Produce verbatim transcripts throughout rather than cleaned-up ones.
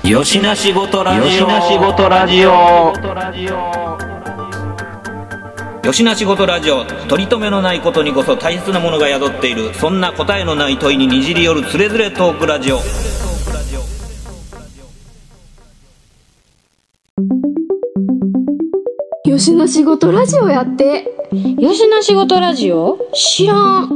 よしなしごとラジオ。よしなしごとラジオ。よしなしごとラジオ。取り留めのないことにこそ大切なものが宿っている。そんな答えのない問いににじり寄るつれづれトークラジオ。 よしなしごとラジオやって。 よしなしごとラジオ知らん。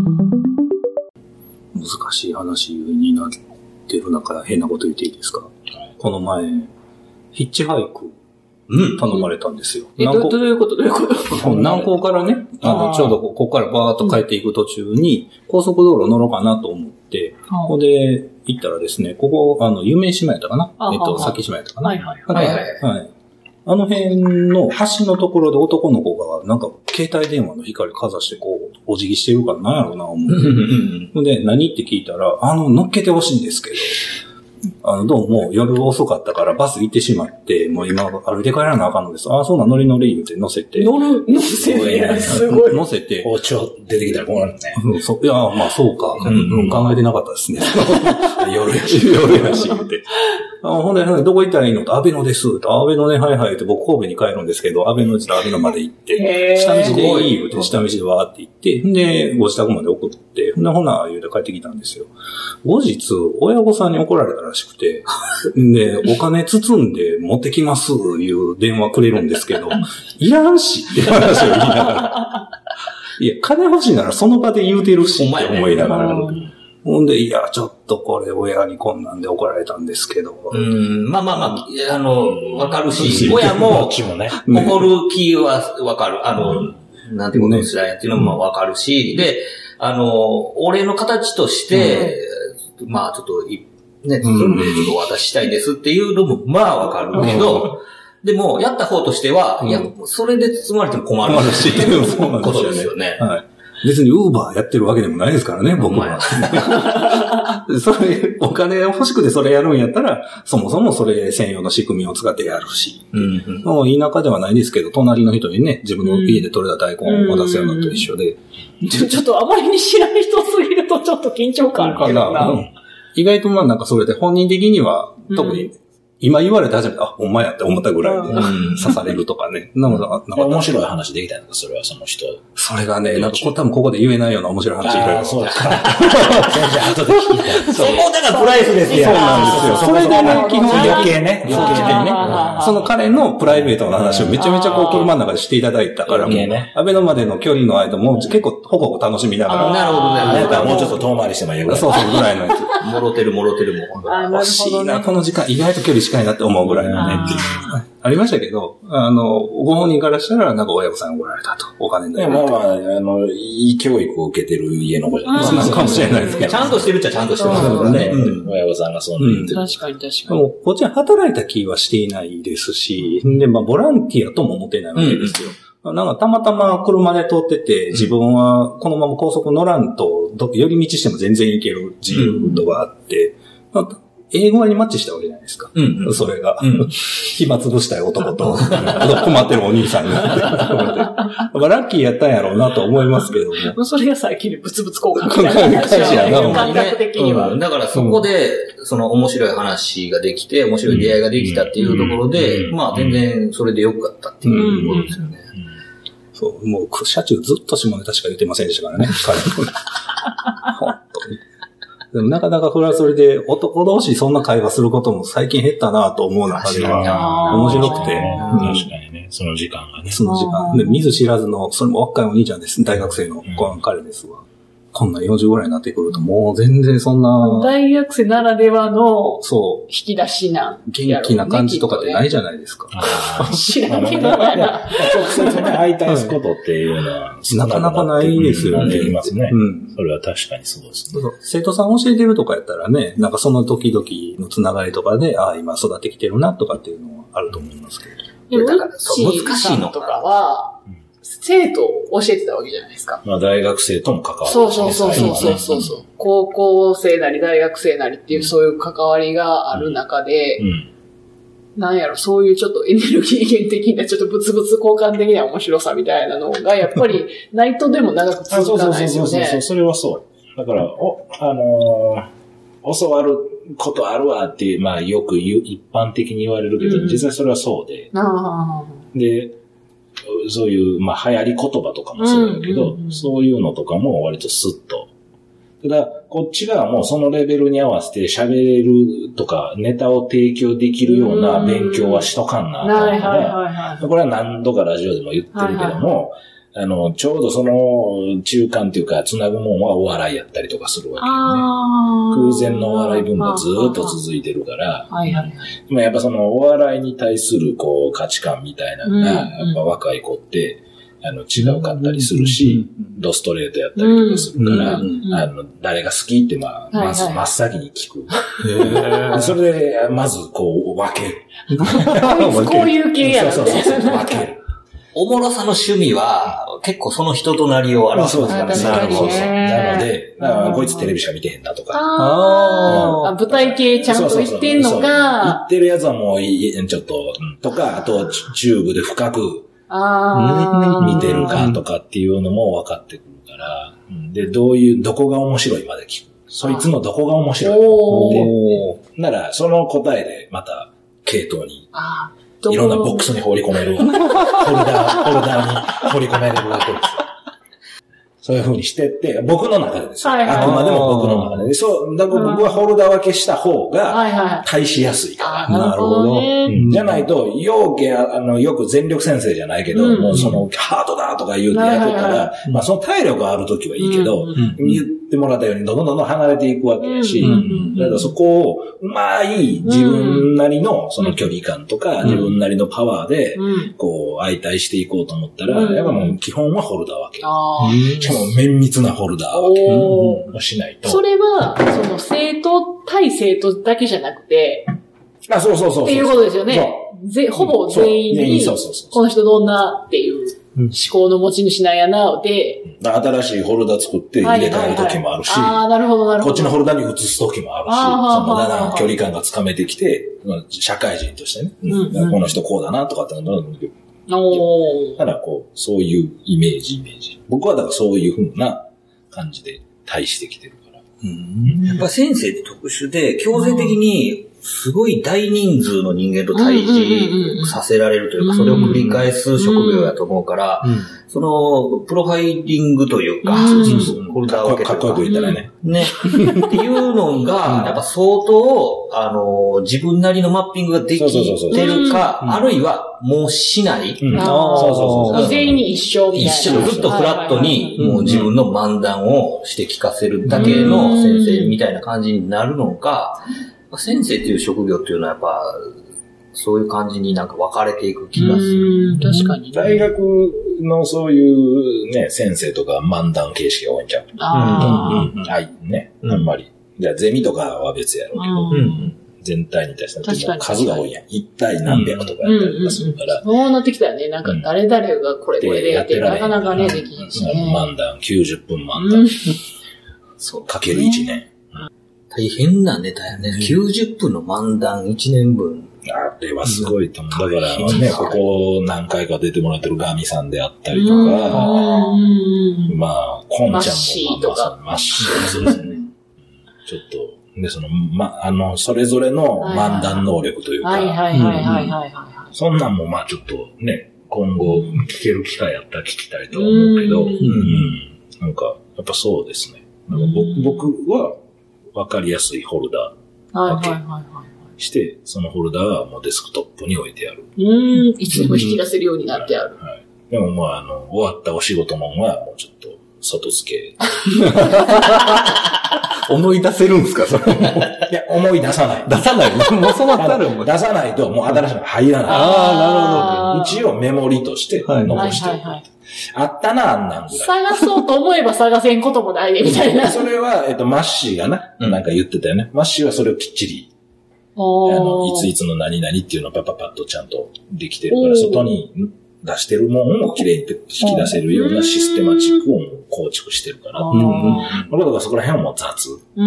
難しい話になってる中、変なこと言っていいですか？この前、ヒッチハイク、うん、頼まれたんですよ。 え、ど、どういうことどういうこと南港からね、あの、ちょうどここからバーっと帰っていく途中に、高速道路乗ろうかなと思って、ここで行ったらですね、ここ、あの、有名島やったかなえっと、先島やったかなはいはいはいはい。はい。あの辺の橋のところで男の子が、なんか、携帯電話の光かざしてこう、お辞儀してるからなんやろうな、思う。で、何って聞いたら、あの、乗っけてほしいんですけど、あの、どうも夜遅かったからバス行ってしまって、もう今歩いて帰らなあかんのです。ああ、そうな、乗り乗り言うて乗せて。 乗る、乗せて、すごい。 乗せて。 包丁出てきたら困るね。 うん、そいや、まあそうか、うんうん。考えてなかったですね。 夜やし。 夜やし、言うて。あほんで、どこ行ったらいいのと、安倍野です。安倍野ね、はいはいって、僕神戸に帰るんですけど、安倍野って安倍野まで行って、下道でいい言うて、下道でわーって行って、んで、ご自宅まで送って、んで、ほな、言うて帰ってきたんですよ。後日、親御さんに怒られたらしくて、で、お金包んで持ってきます、いう電話くれるんですけど、いらんしって話を言いながら。いや、金欲しいならその場で言うてるし、って思いながら。ほんで、いや、ちょっとこれ親にこんなんで怒られたんですけど。 うん、まあまあまあ、あの、わかるし、親も、怒る気はわかる。あの、なんていうことにしらんやっていうのもわかるし、で、あの、俺の形として、まあちょっと、ね、包んでちょっと渡したいですっていうのも、まあわかるけど、でも、やった方としては、いや、それで包まれても困るし、っていうことですよね。 はい。別にウーバーやってるわけでもないですからね、僕は。それ、お金欲しくてそれやるんやったら、そもそもそれ専用の仕組みを使ってやるし。うんうん、もう田舎ではないですけど、隣の人にね、自分の家で採れた大根を渡すようなのと一緒で。 ちょ、ちょっとあまりに知らない人すぎるとちょっと緊張感あるけどな。うん、 意外とまあなんかそれで本人的には、特に、今言われて初めて、あ、ほんまやって思ったぐらいで、うん、刺されるとかね。なんか、 なんか面白い話できたのか、それはその人。 それがね、なんか多分ここで言えないような面白い話いろいろ。 そうですか。後で聞いた。 そこだからプライスですよ。 そうなんですよ。それでね、基本余計ね。 余計ね。その彼のプライベートの話をめちゃめちゃこう車の中でしていただいたから、もう、安倍のまでの距離の間も結構ほぼほぼ楽しみながら。 なるほどね。 だからもうちょっと遠回りしてもいいぐらい。 そうそう、ぐらいのやつ。 もろてるもろてるも。 欲しいな、この時間意外と距離近いなって思うぐらいのね。ありましたけど、あの、ご本人からしたら、なんか親御さんに怒られたと。お金で。 まあまあ、あの、いい教育を受けてる家の子じゃないですか。 そうかもしれないですけど。 ちゃんとしてるっちゃちゃんとしてますよね。 親御さんがそんな言ってる。 確かに確かに。 でも、こっちは働いた気はしていないですし、で、まあ、ボランティアとも思ってないわけですよ。なんかたまたま車で通ってて、自分はこのまま高速乗らんと、寄り道しても全然行ける自由度があって、まあ英語にマッチしたわけじゃないですか。うんうん、それが。うん、暇つぶしたい男と、困ってるお兄さんになって。まあ、ラッキーやったんやろうなと思いますけども。 それが最近のブツブツ交換みたいな話やな。感覚的には、 うん。だからそこで、その面白い話ができて、面白い出会いができたっていうところで、うん、まあ全然それでよかったっていうことですよね。うんうん、 そう、もう車中ずっと下ネタしか言ってませんでしたからね。彼本当に。でもなかなかこれはそれで男同士そんな会話することも最近減ったなと思う中では面白くて。 確かにね。その時間がね。 その時間。で、見ず知らずの、それも若いお兄ちゃんです。大学生の彼ですわ。こんなよんじゅうぐらいになってくるともう全然そんな。 大学生ならではの、 そう。 引き出しな、 ね。元気な感じとかってないじゃないですか。 知らんけどな。 直接ね、相対すことっていうのは、 なかなかないですよね。 いますね。うん。それは確かにそうですね。 生徒さん教えてるとかやったらね、なんかその時々のつながりとかで、ああ、今育ってきてるなとかっていうのはあると思いますけど。 でも、だから難しいのとかは、生徒を教えてたわけじゃないですか。 まあ大学生とも関わる、ね。 そうそうそうそうそうそう、うん。高校生なり大学生なりっていうそういう関わりがある中で、うんうん、なんやろ、そういうちょっとエネルギー源的なちょっとブツブツ交換的な面白さみたいなのがやっぱりないとでも長く続かないですよね。 そうそうそうそうそう、それはそう。だから、お、あのー、教わることあるわっていう、まあよく言う、一般的に言われるけど、うん、実際それはそうで。で、そういう、まあ流行り言葉とかもそうだけど、うんうんうん、そういうのとかも割とスッと。ただ、こっちがもうそのレベルに合わせて喋れるとか、ネタを提供できるような勉強はしとかんなあかんから、これは何度かラジオでも言ってるけども、はいはいはい、あの、ちょうどその中間っていうか、つなぐもんはお笑いやったりとかするわけよね。空前のお笑い文化ずーっと続いてるから、はいはいはい、でもやっぱそのお笑いに対するこう価値観みたいなのが、やっぱ若い子って、あの、違うかったりするし、ドストレートやったりとかするから、あの、誰が好きってまあ、まず真っ先に聞く。へそれで、まずこう、分ける。 こういう系やな。 そうそうそう、分ける。 おもろさの趣味は、結構その人となりを表すんですからね。なるほど。なので、こいつテレビしか見てへんなとか。 ああ、舞台系ちゃんと言ってんのか。 言ってるやつはもういい、ちょっと、とか、あと、チューブで深く、見てるかとかっていうのも分かってくるから、で、どういう、どこが面白いまで聞く。そいつのどこが面白いで、なら、その答えでまた、系統に、いろんなボックスに放り込める、ホルダー、ホルダーに放り込めれるわけです。そういう風にしてって、僕の中でですよ。はいはい、あくまでも僕の中で。そう、だから僕はホルダー分けした方が、対しやすいから。 なるほど。 じゃないと、ようけ、あの、よく全力先生じゃないけど、うん、もうその、ハードだとか言うてやってたら、まあその体力があるときはいいけど、うん、言ってもらったようにどんどんどんどん離れていくわけやし、だからそこを、うまい自分なりのその距離感とか、自分なりのパワーで、こう、相対していこうと思ったら、やっぱもう基本はホルダー分け。しかも綿密なホルダー分けをしないと。 それは、その生徒、対生徒だけじゃなくて、 あ、そうそうそう。 っていうことですよね。ぜほぼ全員に、この人どんなっていう思考の持ち主なんやな、で、 新しいホルダー作って入れ替える時もあるし、 ああ、なるほど、なるほど。 こっちのホルダーに移す時もあるし、そのだんだん距離感がつかめてきて、社会人としてね、うんうん、この人こうだなとかってなるんだけど、おだからこう、そういうイメージ、イメージ。僕はだからそういう風な感じで対してきてるから。 うん、やっぱ先生って特殊で、強制的に、すごい大人数の人間と対峙させられるというか、それを繰り返す職業だと思うから、その、プロファイリングというか、ホルダーを分けてかっこよく言ったらね。 ね。っていうのが、やっぱ相当、あの、自分なりのマッピングができてるか、あるいはもうしない。そうそうそう。全員に一緒みたいな。 一緒、ずっとフラットに、もう自分の漫談をして聞かせるだけの先生みたいな感じになるのか、先生っていう職業っていうのはやっぱ、そういう感じになんか分かれていく気がする。 確かに。 大学のそういうね、先生とか漫談形式が多いんちゃう。ああ。はい、ね。あんまり。じゃあゼミとかは別やろうけど、うん、全体に対しては数が多いやん。一体何百とかやったりとかするから。 そうなってきたよね。なんか誰々がこれこれでやってるなかなかね、できんしね。 漫談、きゅうじゅっぷん漫談。そう。かけるいちねん。 大変なネタやね。きゅうじゅっぷんの漫談いちねんぶん。 あれはすごいと思う。だからね、ここ何回か出てもらってるガミさんであったりとか、まあ、コンちゃんもマッシーとか。 マッシーそうですね。ちょっと、で、その、ま、あの、それぞれの漫談能力というか、 はいはいはいはいはい。 そんなんもまあちょっとね、今後聞ける機会やったら聞きたいと思うけど、うんうん、なんか、やっぱそうですね。なんか僕は、わかりやすいホルダー分けして、そのホルダーはもうデスクトップに置いてある。 うん、いつでも引き出せるようになってある。はいはい、 でもまあ、あの、終わったお仕事もんはもうちょっと外付け。 思い出せるんですかそれも。いや、思い出さない。 出さない。もうそうなったら出さないともう新しいのが入らない。 ああ、なるほど。一応メモリとして残しておく。はいはいはいはいあったな、あんなんぐらい。 探そうと思えば探せんこともないね、みたいな。 それは、えっと、マッシーがな、うん、なんか言ってたよね。マッシーはそれをきっちり、あの、いついつの何々っていうのをパパパッとちゃんとできてるから、外に出してるもんをきれいに引き出せるようなシステマチックを構築してるから。うん。俺とかそこら辺はもう雑。うん。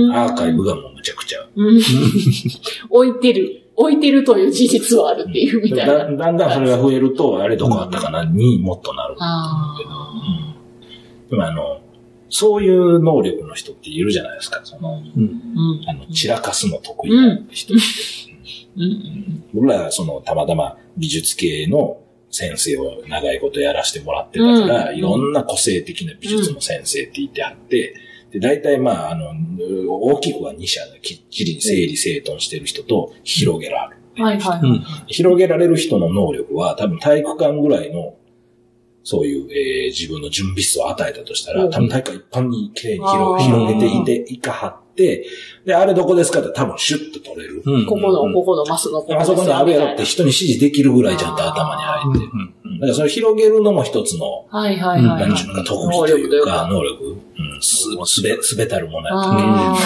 アーカイブがもうむちゃくちゃ。うん。 置いてる。置いてるという事実はあるっていうみたいな。 だ, だんだんそれが増えると、あれどこあったかなにもっとなると思うけど。うん、でもあの、 そういう能力の人っているじゃないですか。その、うん、あの、散らかすの得意な人って。うんうん、僕らはその、たまたま美術系の先生を長いことやらせてもらってたから、うん、いろんな個性的な美術の先生って言ってあって、で、大体まあ、あの、大きくはに社できっちり整理整頓してる人と広げられる。はいはいはい、うん。広げられる人の能力は多分体育館ぐらいの、そういう、えー、自分の準備室を与えたとしたら、多分体育館一般に綺麗に 広, 広げていて、いかはって、で、あれどこですかって多分シュッと取れる。 うん、ここの、ここのマスのここあそこにあるやろって人に指示できるぐらいちゃんと頭に入って。だからそれを広げるのも一つの、 はいはいはい、はい。 何ていうか特技というか、能力。うん、す、すべ、すべたるものやった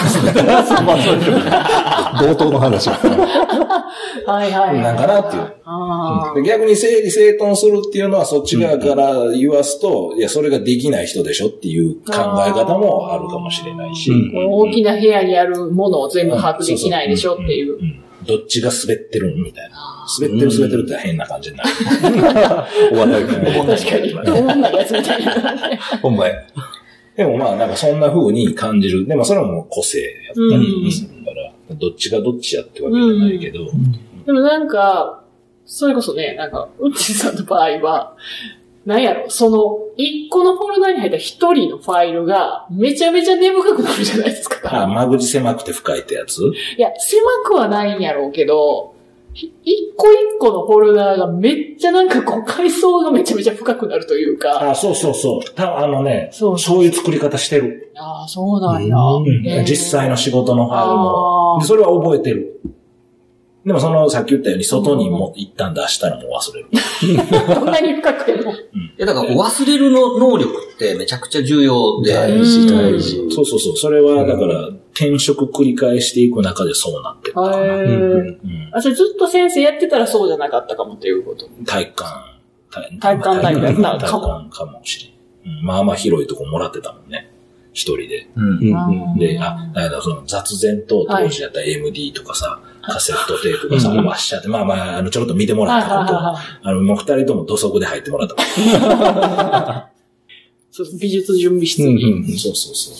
っけ。冒頭の話は。 はいはい。 なんかなっていう。あで逆に整理整頓するっていうのはそっち側から言わすと、いや、それができない人でしょっていう考え方もあるかもしれないし。 大きな部屋にあるものを全部把握できないでしょっていう。 どっちが滑ってるみたいな。滑ってる滑ってるって変な感じになる。 お笑いみたいな。 確かに。おもんないやつみたいな。 ほんまや。 でもまあなんかそんな風に感じる。でもそれはもう個性やったりするから、どっちがどっちやってわけじゃないけど。 でもなんか、それこそね、なんか、うっちーさんの場合は、なんやろ、その、一個のフォルダに入った一人のファイルが、めちゃめちゃ根深くなるじゃないですか。 ああ、間口狭くて深いってやつ？いや、狭くはないんやろうけど、一個一個のフォルダがめっちゃなんかこう、階層がめちゃめちゃ深くなるというか。 ああ、そうそうそう。たあのね、そうそう、そういう作り方してる。 ああ、そうなんや。 うん、実際の仕事のファイルも。でそれは覚えてる。でもその、さっき言ったように、外にも一旦出したらもう忘れる。 こんなに深くても。うん。いや、だから忘れるの能力ってめちゃくちゃ重要で。 大事、大事。そうそうそう。それは、だから、転職繰り返していく中でそうなってるから。へー。うん。 あ、じゃあずっと先生やってたらそうじゃなかったかもっていうこと？ 体育館。 体育館タイプやったかも。体育館かもしれん。うん。まあまあ広いとこもらってたもんね。一人で。うん。で、あ、だからその雑然と当時やったら エムディー とかさ、カセットテープがさ、ワッシャーって、まあまあ、あの、ちょろっと見てもらったこと、あの、もう二人とも土足で入ってもらった。 そう美術準備室に、 うんうん。そうそうそう。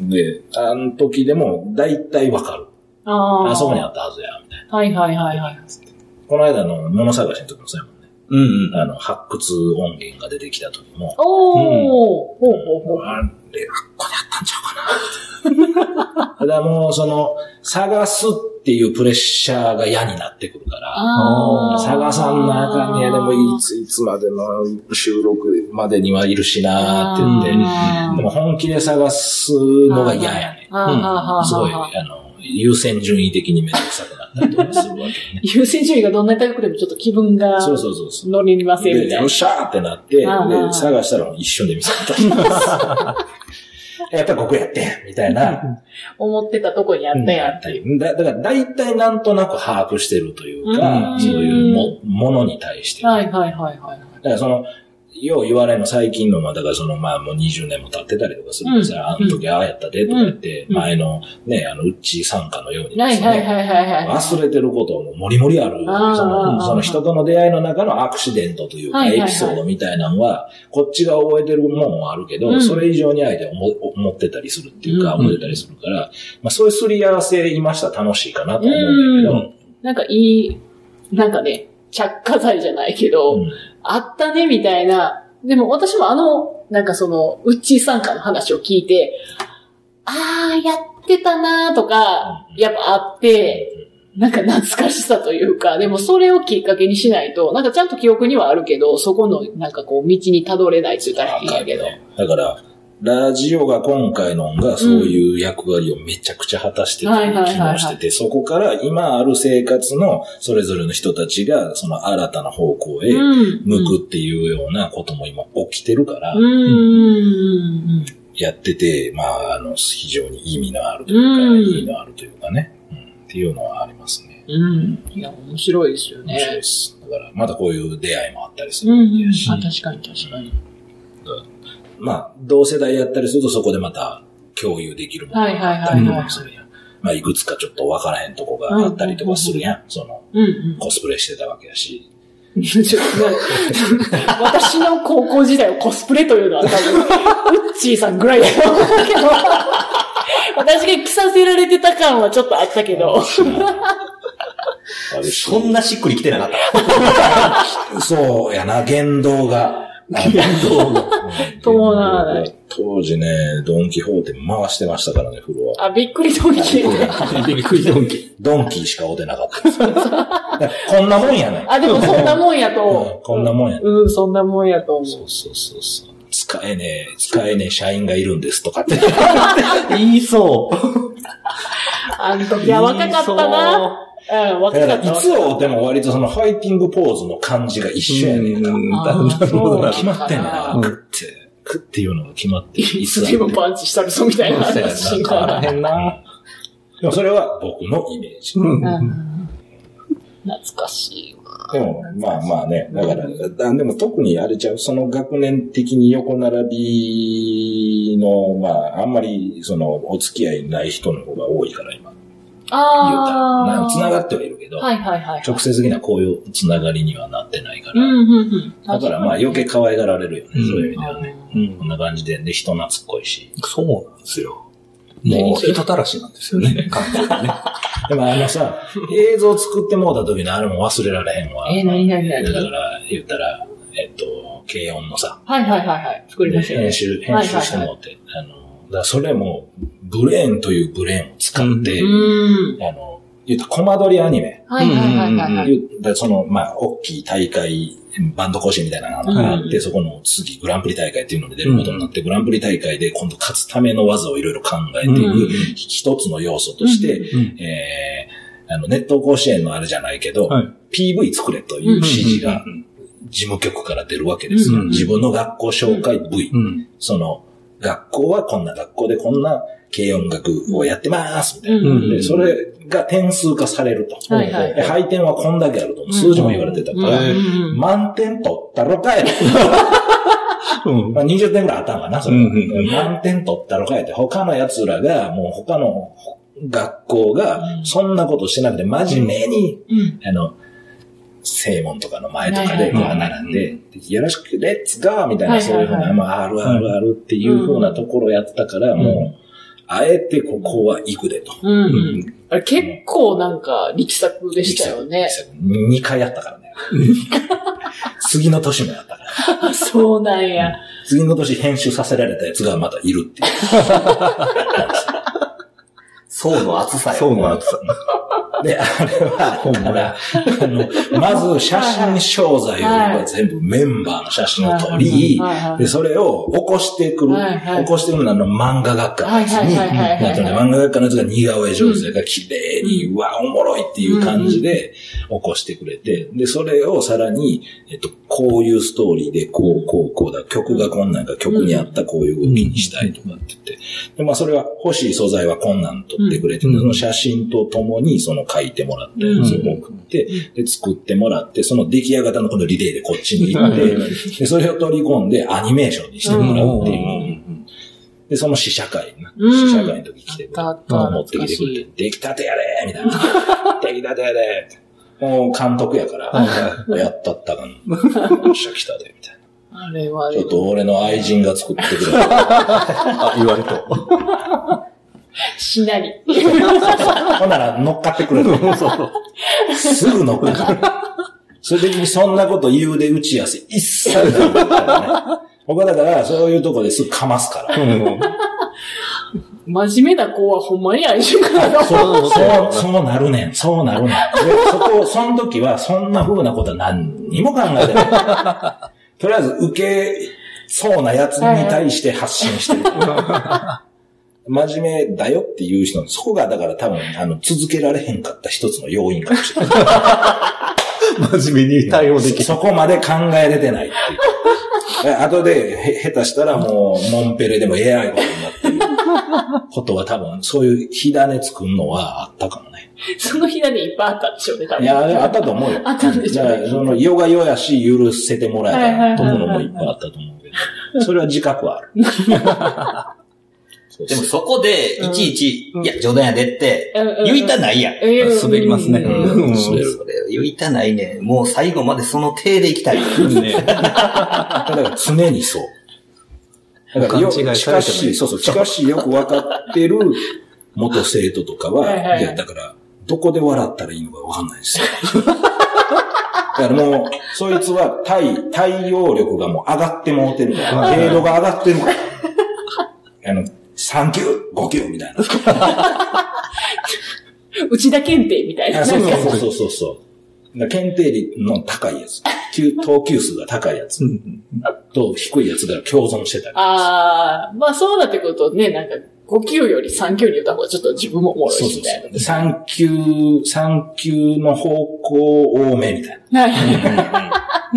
で、あの時でも、だいたいわかる。ああそこにあったはずや、みたいな。 はいはいはいはい。 この間の物探しの時もそうやもんね。うんうん。あの、発掘音源が出てきた時も。 おー、うん、ほうほうほう。 あれ、ここにあったんちゃうかな。ただもう、その、探すっていうプレッシャーが嫌になってくるから、探さんなあかんねや、でもいついつまでの収録までにはいるしなーって言って、でも本気で探すのが嫌やね。うん、すごい、あの、優先順位的にめんどくさくなったりとかするわけね。 優先順位がどんなに高くてもちょっと気分が乗りませんみたいな。 よっしゃーってなって、で探したら一瞬で見つかった。やっぱりここやって、みたいな。 思ってたとこにあったやんっていう。 だから大体なんとなく把握してるというか、そういうもものに対して。 はいはいはいはい。 だからその、よう言われるの最近のも、だからそのまあもうにじゅうねんも経ってたりとかするんですよ。あの時ああやったでとか言って、前のね、あの、うっちー参加のようにですね。忘れてることももりもりある。その、その人との出会いの中のアクシデントというか、エピソードみたいなのは、こっちが覚えてるものもあるけど、それ以上に相手は思ってたりするっていうか、思ってたりするから、まあそういうすり合わせいましたら楽しいかなと思うんだけど。 なんかいい、なんかね、着火剤じゃないけど、うん、あったねみたいな。でも私もあの、なんかその、うっちー参加の話を聞いて、あー、やってたなーとか、やっぱあって、なんか懐かしさというか、でもそれをきっかけにしないと、なんかちゃんと記憶にはあるけど、そこのなんかこう道にたどれないって言ったらいいんやけど。 だから、ラジオが今回のがそういう役割をめちゃくちゃ果たしてて、機能してて、そこから今ある生活のそれぞれの人たちがその新たな方向へ向くっていうようなことも今起きてるから、やってて、まあ、あの、非常に意味のあるというか、意味のあるというかね、うん、っていうのはありますね。 うん。いや、面白いですよね。 面白いです。だから、またこういう出会いもあったりするんでし、 うんうん、あ、確かに確かに。 まあ、同世代やったりするとそこでまた共有できるものがあったりとかするやん。まあ、いくつかちょっと分からへんとこがあったりとかするやん。その、うんうん、コスプレしてたわけやし。 私の高校時代をコスプレというのは多分、ウッチーさんぐらいだと思うけど、私が着させられてた感はちょっとあったけど。 そんなしっくりきてなかった。 そうやな、言動が。 言動が。 伴わない。 当時ね、ドンキホーテ回してましたからね、フロア。 あ、びっくりドンキー。 びっくりドンキー。 ドンキーしか会うてなかったです。こんなもんやね。 あ、でもそんなもんやと思う。 うん、こんなもんやね。 うん、そんなもんやと思う。 そうそうそうそう。使えねえ、使えねえ社員がいるんですとかって。 言いそう。 あの時は若かったな。うん、若かった。 いつ会うても割とそのファイティングポーズの感じが一緒やねん。 なるほど。 決まってんねんな。クって、クっていうのが決まってる。 いつでもパンチしたるぞみたいな話が。変わらへんな。 でもそれは僕のイメージ。うん、 懐かしいわ。 でも、まあまあね。だから、でも特にあれちゃう、その学年的に横並びの、まあ、あんまりそのお付き合いない人の方が多いから今。 ああ。つながってはいるけど、 はいはいはい、 直接的なこういうつながりにはなってないから。 うんうんうん、 だからまあ余計可愛がられるよね、うん、そういう意味ではね。うん、こんな感じで、で、人懐っこいし。 そうなんですよ。もう人たらしなんですよね、完全にね。 でもあのさ、映像作ってもうた時のあれも忘れられへんわ。 えー、何何何だから言ったら、えっと、軽音のさ。 はいはいはいはい。作りましたね。 編集、編集してもうて。はいはいはい、あの、だからそれも、ブレーンというブレーンを使って、うん、あの、言ったコマ撮りアニメ。 はいはいはいはい。 言ったその、まあ、大きい大会、バンド甲子園みたいなのがあって、うん、そこの次、グランプリ大会っていうので出ることになって、うん、グランプリ大会で今度勝つための技をいろいろ考えていく、うん、一つの要素として、うん、えー、あの、熱湯甲子園のあれじゃないけど、はい、ピーブイ 作れという指示が、事務局から出るわけですよ。うん、自分の学校紹介 V、うん。その、学校はこんな学校でこんな軽音楽をやってますみたいな、うん、で。それが点数化されると。はいはいはい、配点はこんだけあると。数字も言われてたから、うんうん、満点取ったろかい。うんまあ、にじゅってんくらいあったんかな、それは、うんうん。満点取ったろかいって、他の奴らが、もう他の学校がそんなことしてなくて、真面目に、うん、あの、正門とかの前とかで並んで、よろしく、レッツゴーみたいな、そういうふうな、まあ、あるあるあるっていうふうなところをやったから、もう、あえてここは行くでと。 うんうん、あれ結構なんか力作でしたよね。 にかいやったからね。次の年もやったから。 そうなんや。 次の年編集させられたやつがまたいるっていう。 層の厚さよ。 層の厚さ。 で、あれは、ほんまら、あの、まず写真商材を全部メンバーの写真を撮り、で、それを起こしてくる、起こしてくるのは漫画学科のやつに、漫画学科のやつが似顔絵上手が綺麗に、うわ、おもろいっていう感じで起こしてくれて、で、それをさらに、えっと、こういうストーリーで、こう、こう、こうだ、曲がこんなんか曲に合ったこういう動きにしたいとかって言って、で、まあ、それは欲しい素材はこんなん撮ってくれて、その写真とともに、その書いてもらったやつを送って、で、作ってもらって、その出来上がったのこのリレーでこっちに行って、で、それを取り込んでアニメーションにしてもらうっていう。で、その試写会な、試写会の時来てくれ、持ってきてくれて、出来たてやれみたいな。出来たてやれもう監督やから、やったったかな。よっしゃ来たで、みたいな。あれはちょっと俺の愛人が作ってくれる。 あ、言われと。 しなり。 ほんなら乗っかってくれる。すぐ乗っかる。それでそんなこと言うで打ち合わせ一切ないからね。僕はだからそういうとこですぐかますから。 真面目な子はほんまに愛人からだ。 そう、そう、そうなるねん。そうなるねん。で、そこ、その時はそんな風なことは何にも考えてない。とりあえず受けそうなやつに対して発信してる。真面目だよっていう人、そこがだから多分、あの、続けられへんかった一つの要因かもしれない。 真面目に対応できる。 そこまで考えれてないっていう。後で、へ、下手したらもう、モンペレでもエアイことになってることは多分、そういう火種作るのはあったかもね。 その火種いっぱいあったんでしょうね、多分。 いや、あったと思うよ。 あったんでしょうね。 じゃあ、その、世が世やし、許せてもらえたところもいっぱいあったと思うけど、それは自覚はある。 でもそこで、いちいち、いや、冗談やでって、言いたないやん。 滑りますね。 滑る。言いたないね。もう最後までその手でいきたい。ね。 だから常にそう。だからよ、近しい、そうそう、近しいよく分かってる元生徒とかは、いや、だから、どこで笑ったらいいのか分かんないですよ。だからもう、そいつは対、対応力がもう上がってもうてるから、程度が上がってるから。あの、さん級、ご級みたいな。 内田検定みたいな。 そうそうそうそうそう。検定率の高いやつ。等級数が高いやつ。と低いやつが共存してたり。 ああ、まあそうなってくるとね、なんかご級よりさん級に言った方がちょっと自分もおもろいみたいな。そうそうそう。 さん級、さん級の方向多めみたいな。 はい。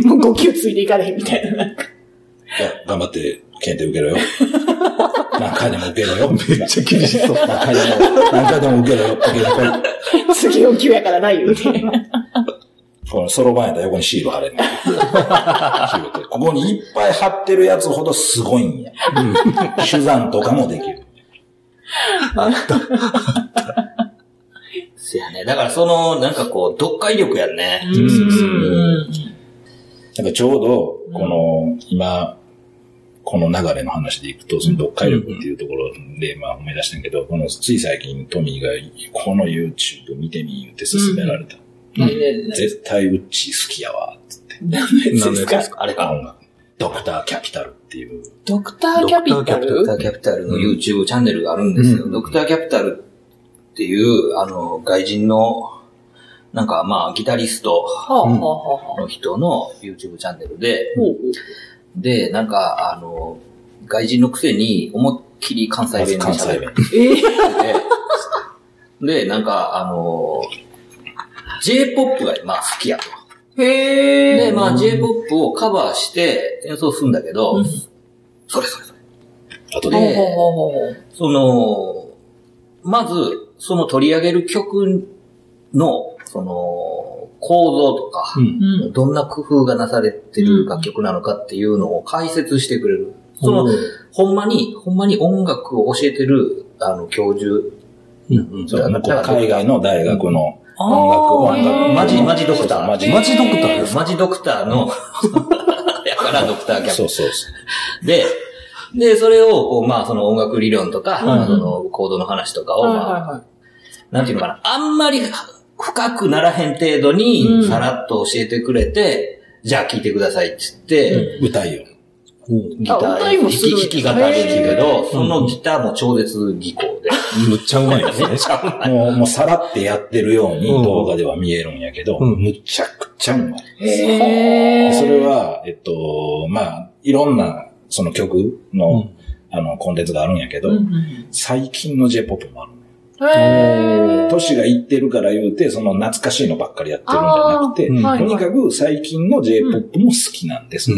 もうご級ついていかれへんみたいな。なんかいや、頑張って検定受けろよ。何回でも受けろよ。 めっちゃ厳しそう。 何回でも、何回でも受けろよ。受けろよ。 次よん級やからないよね。 このソロ版やったら横にシール貼れる。ここにいっぱい貼ってるやつほどすごいんや。手段とかもできる。 あった。せやね。だからその、なんかこう、読解力やんね。 そうそうそう。なんかちょうど、この、今、この流れの話でいくと、その読解力っていうところで、まあ思い出したんやけど、この、つい最近トミーが、この YouTube 見てみ言って勧められた。うん、絶対ウッチー好きやわ、つって。 何ですかあれか。 音楽。ドクターキャピタルっていう。 ドクターキャピタルドクターキャピタルの YouTube チャンネルがあるんですよ。うん、ドクターキャピタルっていう、あの、外人の、なんかまあ、ギタリストの人の YouTube チャンネルで、うん、で、なんか、あの、外人のくせに思いっきり関西弁で喋る。えー、で、なんか、あの、J-ポップ がまあ好きやと。 へー。 で、まあ J-ポップ をカバーして演奏するんだけど、うん、それそれそれ。 あとで、 その、まず、その取り上げる曲の、その、構造とか、うん、どんな工夫がなされてる楽曲なのかっていうのを解説してくれる。その、うん、ほんまに、ほんまに音楽を教えてる、あの、教授。 うんうん、そう海外の大学の、音楽、音楽、 マジ、マジドクター。 マジ、マジドクターです。 マジドクターの、やからドクターキャプ。 そうそうそう。 で、で、それを、こう、まあ、その音楽理論とか、うんまあ、その、コードの話とかを、まあ、はいはいはい、なんていうのかな、あんまり深くならへん程度に、さらっと教えてくれて、うん、じゃあ聴いてくださいって言って、 うん、歌いよ。 ギター、弾き語りだけど、そのギターも超絶技巧で。 むっちゃうまいですね。 もう、もうさらってやってるように動画では見えるんやけど、うん、むちゃくちゃうまい。 へー。 それは、えっと、まあ、いろんな、その曲の、うん、あの、コンテンツがあるんやけど、うんうん、最近の J-ポップ もある。 へー。 年がいってるから言うて、その懐かしいのばっかりやってるんじゃなくて、うん、とにかく最近の J-ポップ も好きなんです、うん。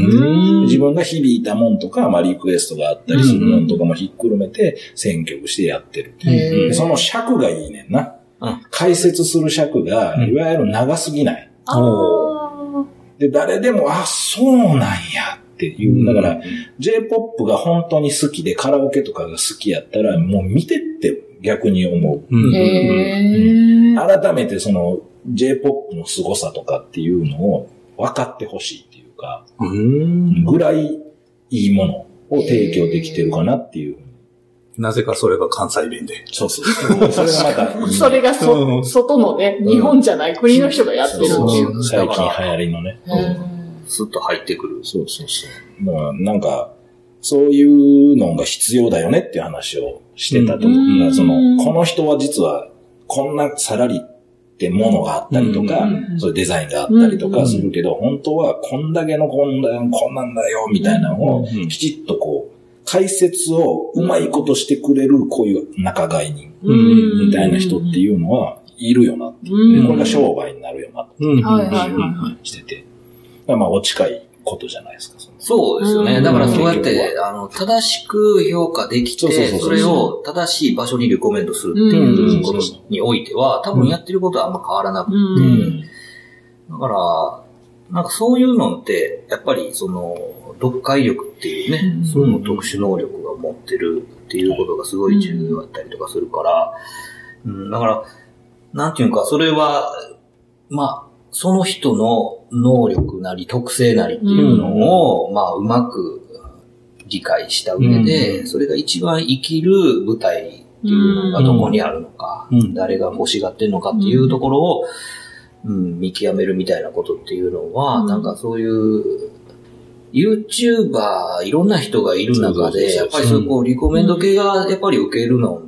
自分が響いたもんとか、まあリクエストがあったりするもんとかもひっくるめて選曲してやってる。うん、その尺がいいねんな。うん、解説する尺が、いわゆる長すぎない。うん、で、誰でも、あ、そうなんやっていう。だから、J-ポップ が本当に好きでカラオケとかが好きやったら、もう見てって逆に思う。うん、改めてその J-ポップ の凄さとかっていうのを分かってほしいっていうか、うんぐらいいいものを提供できてるかなっていう。 なぜかそれが関西弁で。 そうそうそう。それがまたいい、ね。 それがそ、外のね、日本じゃない国の人がやってるっていう。そうそう、 最近流行りのね。 スッと入ってくる。 そうそうそう。だからなんか、そういうのが必要だよねっていう話をしてたと思う。その、この人は実は、こんなサラリってものがあったりとか、そういうデザインがあったりとかするけど、本当はこんだけのこんだこんなんだよみたいなのを、きちっとこう、解説をうまいことしてくれる、こういう仲買人みたいな人っていうのはいるよなっていう。これが商売になるよなっていう話してて。まあ、お近いことじゃないですか。 そうですよね。だからそうやって、あの、正しく評価できて、それを正しい場所にレコメンドするっていうことにおいては、多分やってることはあんま変わらなくて、だから、なんかそういうのって、やっぱりその、読解力っていうね、その特殊能力が持ってるっっていうことがすごい重要だったりとかするから、うん、だから、なんていうか、それは、まあ、その人の能力なり特性なりっていうのを、うん、まあ、うまく理解した上で、うん、それが一番生きる舞台っていうのがどこにあるのか、うん、誰が欲しがってるのかっていうところを、うん、見極めるみたいなことっていうのは、うん、なんかそういう、YouTuber いろんな人がいる中で、やっぱりそういうこうリコメンド系がやっぱり受けるのって、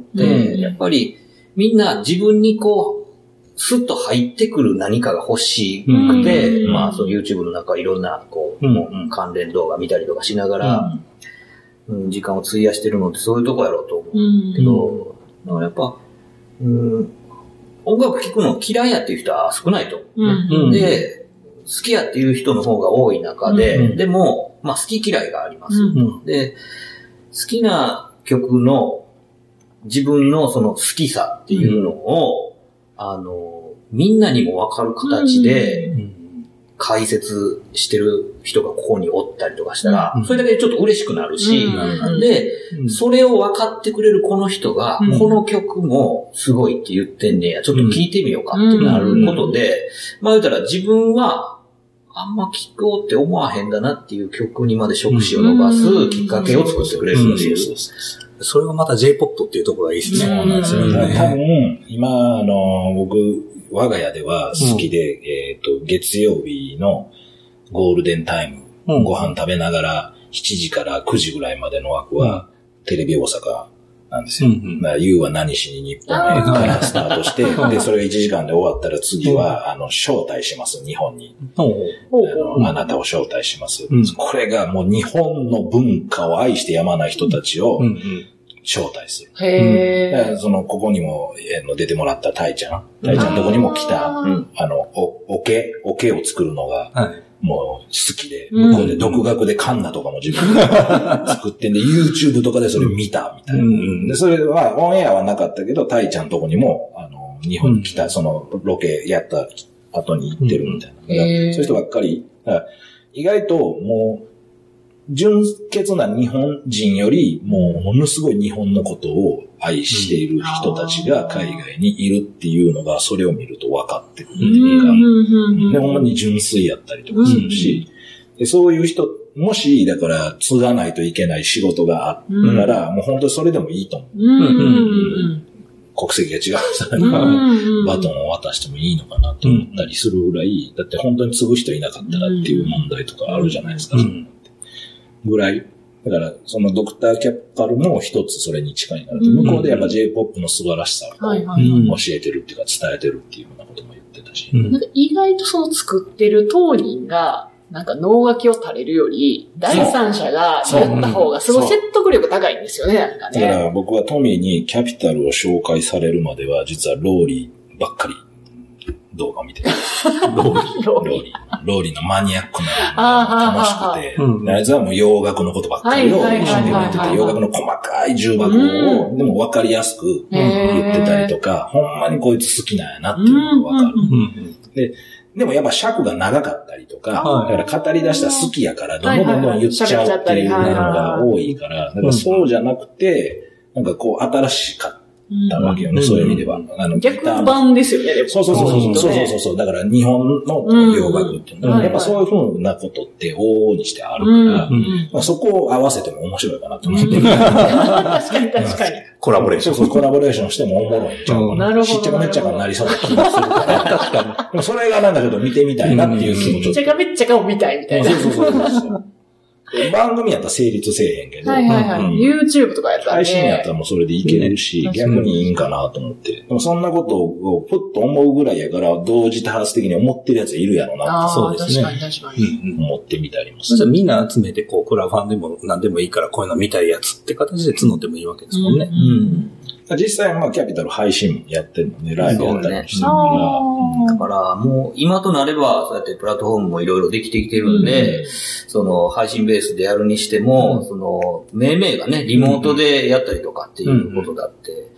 うん、やっぱりみんな自分にこう、スッと入ってくる何かが欲しくて、うん、まあその YouTube の中いろんなこう、うん、関連動画見たりとかしながら、うんうん、時間を費やしてるのってそういうとこやろうと思うけど、だからやっぱ、うん、音楽聴くの嫌いやっていう人は少ないと思う、ねうん、で、好きやっていう人の方が多い中で、うん、でも、まあ好き嫌いがあります、うん。で、好きな曲の自分のその好きさっていうのを、うんあの、みんなにもわかる形で解説してる人がここにおったりとかしたら、それだけでちょっと嬉しくなるし、で、それを分かってくれるこの人が、この曲もすごいって言ってんねや、ちょっと聞いてみようかってなることで、まあ言ったら自分はあんま聴こうって思わへんだなっていう曲にまで触手を伸ばすきっかけを作ってくれるっていう。 それがまた J-ポップ っていうところがいいですね。 そうなんですよね。多分、今、あの、僕、我が家では好きで、うん、えっと、月曜日のゴールデンタイム、うん、ご飯食べながらしちじからくじぐらいまでの枠は、うん、テレビ大阪なんですよ。うんうん、だから ユー は何しに日本へからスタートして、で、それがいちじかんで終わったら次は、あの、招待します、日本に。あの、あなたを招待します、うん。これがもう日本の文化を愛してやまない人たちを招待する。 へー。だからその、ここにも出てもらったタイちゃん。タイちゃんのとこにも来た、あの、お、おけ、おけを作るのが、はいもう好きで、向こうで独学でカンナとかも自分で作ってんで、YouTube とかでそれ見たみたいな。うん、で、それはオンエアはなかったけど、タイちゃんとこにも、あの、日本に来た、そのロケやった後に行ってるみたいな。うん、そういう人ばっかり、意外ともう、純潔な日本人より、もうものすごい日本のことを愛している人たちが海外にいるっていうのが、それを見ると分かってくるっていうか、で、ほんまに純粋やったりとかするし、でそういう人、もし、だから、継がないといけない仕事があったら、もう本当にそれでもいいと思う。国籍が違う人だから、バトンを渡してもいいのかなと思ったりするぐらい、だって本当に継ぐ人いなかったらっていう問題とかあるじゃないですか。ぐらい。だから、そのドクターキャッカルも一つそれに近いなと。向こうでやっぱ J-ポップ の素晴らしさを教えてるっていうか伝えてるっていうようなことも言ってたし。 なんか意外とその作ってる当人が、なんか脳書きを垂れるより、第三者がやった方がすごい説得力高いんですよね、なんかね。 だから僕はトミーにキャピタルを紹介されるまでは、実はローリーばっかり動画を見てる。ローリー。ローリー。ローリーのマニアックな楽しくて、うん、あいつはもう洋楽のことばっかりを一生懸命言ってて、洋楽の細かい重箱を、うん、でも分かりやすく言ってたりとか、ほんまにこいつ好きなんやなっていうのが分かる。うん、ででもやっぱ尺が長かったりとか、はい、だから語り出したら好きやからどんどんどんどん言っちゃうっていうのが多いから、だからそうじゃなくて、なんかこう新しかったわけよね、うん、そういう意味では。あの逆版ですよね、でも。 そうそうそうそう。そうそうそう。だから日本の洋楽っていうのは、うん、やっぱそういう風なことって往々にしてあるから、うんまあ、そこを合わせても面白いかなと思ってる。 確かに確かに。 コラボレーション。 そうそう、コラボレーションしてもおもろいんちゃうかな。なるほど。しっちゃかめっちゃかになりそうな気がするから。確かに。でもそれがなんかちょっと見てみたいなっていう気持ち。 しっちゃかめっちゃかを見たいみたいな。 そうそうそうそう。番組やったら成立せえへんけど。 はいはいはい。うん、YouTube とかやったら、ね。 配信やったらもうそれでいけるし、ね、逆にいいんかなと思って。でもそんなことをふっと思うぐらいやから、同時多発的に思ってるやついるやろなって。 そうですね。確かに確かに。 うん、思ってみたりもする。みんな集めて、こう、クラファンでも何でもいいから、こういうの見たいやつって形で募ってもいいわけですもんね。うん。うん実際、まあ、キャピタル配信やってるのね、ライブやったりしてるから。 うん、だから、もう、今となれば、そうやってプラットフォームもいろいろできてきてるんで、うん、その、配信ベースでやるにしても、うん、その、命名がね、リモートでやったりとかっていうことだって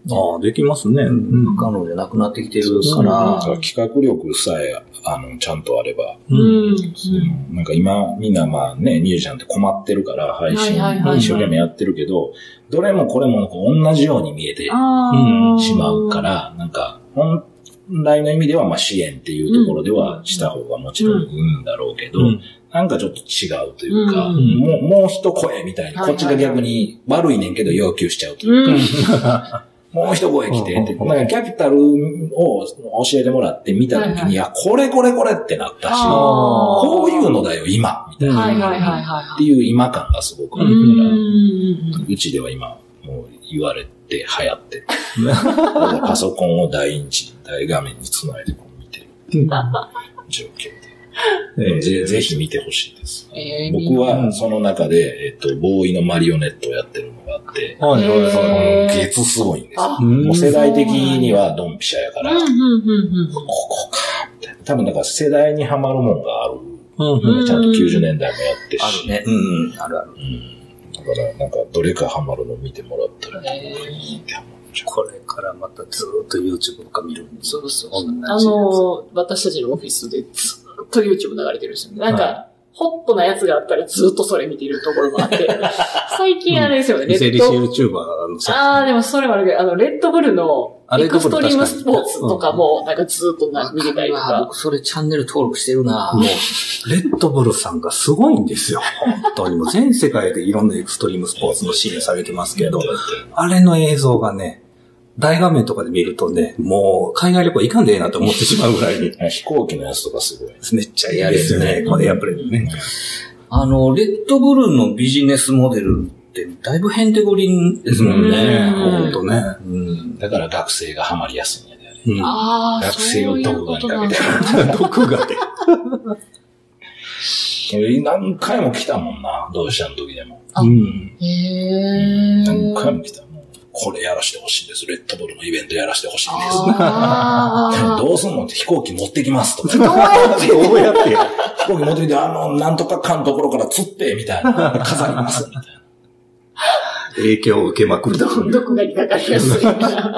ああ、できますね。 不可能じゃなくなってきてるから。 企画力さえ、あの、ちゃんとあれば。 うん。 なんか今、みんなまあね、ミュージシャンって困ってるから、配信一生懸命やってるけど、どれもこれも同じように見えてしまうから、なんか、本来の意味ではまあ支援っていうところではした方がもちろんいいんだろうけど、なんかちょっと違うというか、もう、もう一声みたいに、こっちが逆に悪いねんけど要求しちゃうというか、もう一声来てって、なんかキャピタルを教えてもらって見たときに、いや、これこれこれってなったし、こういうのだよ、今、みたいな。っていう今感がすごくあるから、うちでは今、もう言われて流行ってる。パソコンを大インチ、大画面につないでこう見てるっていう状況で。えー、ぜ, ぜひ見てほしいです。えー、僕はその中で、えっと、ボーイのマリオネットをやってるのがあって、はいはいはい、ゲツすごいんですよ。もう世代的にはドンピシャやから、ここか、みたいな。多分だから世代にはまるもんがある。うん、ちゃんときゅうじゅうねんだいもやってし。 あるね。うんうん、あるある。うん、 だからなんかどれかはまるの見てもらったら、えー、これからまたずーっと YouTube とか見るんです。 そうそう。あの、私たちのオフィスでずっと YouTube 流れてるんですよね。なんか、はい、ホットなやつがあったらずっとそれ見てるところもあって。最近あれですよね、うん、レッド。 YouTuber のあー、でもそれもあるけど、あの、レッドブルのエクストリームスポーツとかも、なんかずっとな見てたりとか。 僕それチャンネル登録してるなもう、レッドブルさんがすごいんですよ。本当にもう全世界でいろんなエクストリームスポーツの支援されてますけど、あれの映像がね、大画面とかで見るとね、もう海外旅行行かんでええなと思ってしまうぐらいに。 飛行機のやつとかすごい。 めっちゃ嫌ですよね。これやっぱりね。 あの、レッドブルのビジネスモデルってだいぶヘンテコリンですもんね。 ほんとね、 うん。だから学生がハマりやすいんやで、 うん、あ学生を毒牙にかけて。 毒牙で。何回も来たもんな、同志社の時でも。 うん、へー。 何回も来た。これやらしてほしいんです。レッドブルのイベントやらしてほしいんです。どうすんのって飛行機持ってきますとか。 どうやってどうやって飛行機持ってきて、あの、なんとかかんところから釣って、みたいな。飾ります、みたいな。 影響を受けまくる。 毒がにかかりやすい。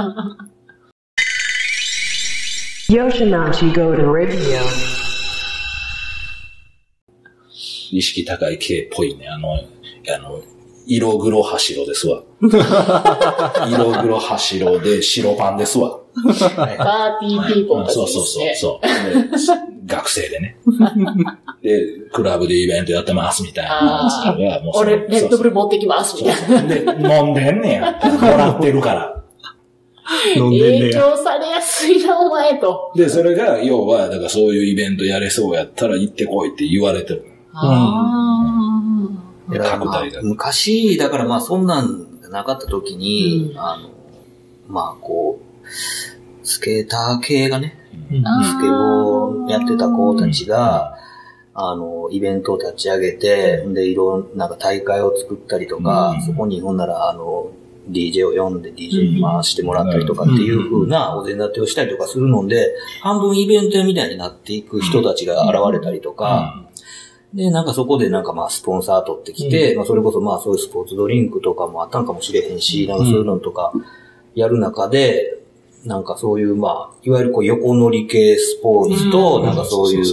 Yoshinashi Go to Radio。意識高い系っぽいね。あの、あの、色黒は白ですわ。色黒は白で白パンですわ。 パーティーピーポーたちですね。 そうそうそうそう。学生でね。で、クラブでイベントやってますみたいな。 もう俺、レッドブル持ってきますみたいな。 で、飲んでんねや。もらってるから。 飲んでんねや。 影響されやすいな、お前と。 で、それが、要は、だからそういうイベントやれそうやったら行ってこいって言われてる。 あー。 だまあ、昔、だからまあそんなんがなかった時に、うん、あの、まあこう、スケーター系がね、うん、スケボーやってた子たちが、うん、あの、イベントを立ち上げて、で、いろんな大会を作ったりとか、うん、そこにほんなら、あの、ディージェー を呼んで ディージェー に回してもらったりとかっていう風なお膳立てをしたりとかするので、半分イベントみたいになっていく人たちが現れたりとか、で、なんかそこでなんかまあスポンサー取ってきて、うん、まあそれこそまあそういうスポーツドリンクとかもあったんかもしれへんし、なんかそういうのとかやる中で、なんかそういうまあ、いわゆるこう横乗り系スポーツと、なんかそういう、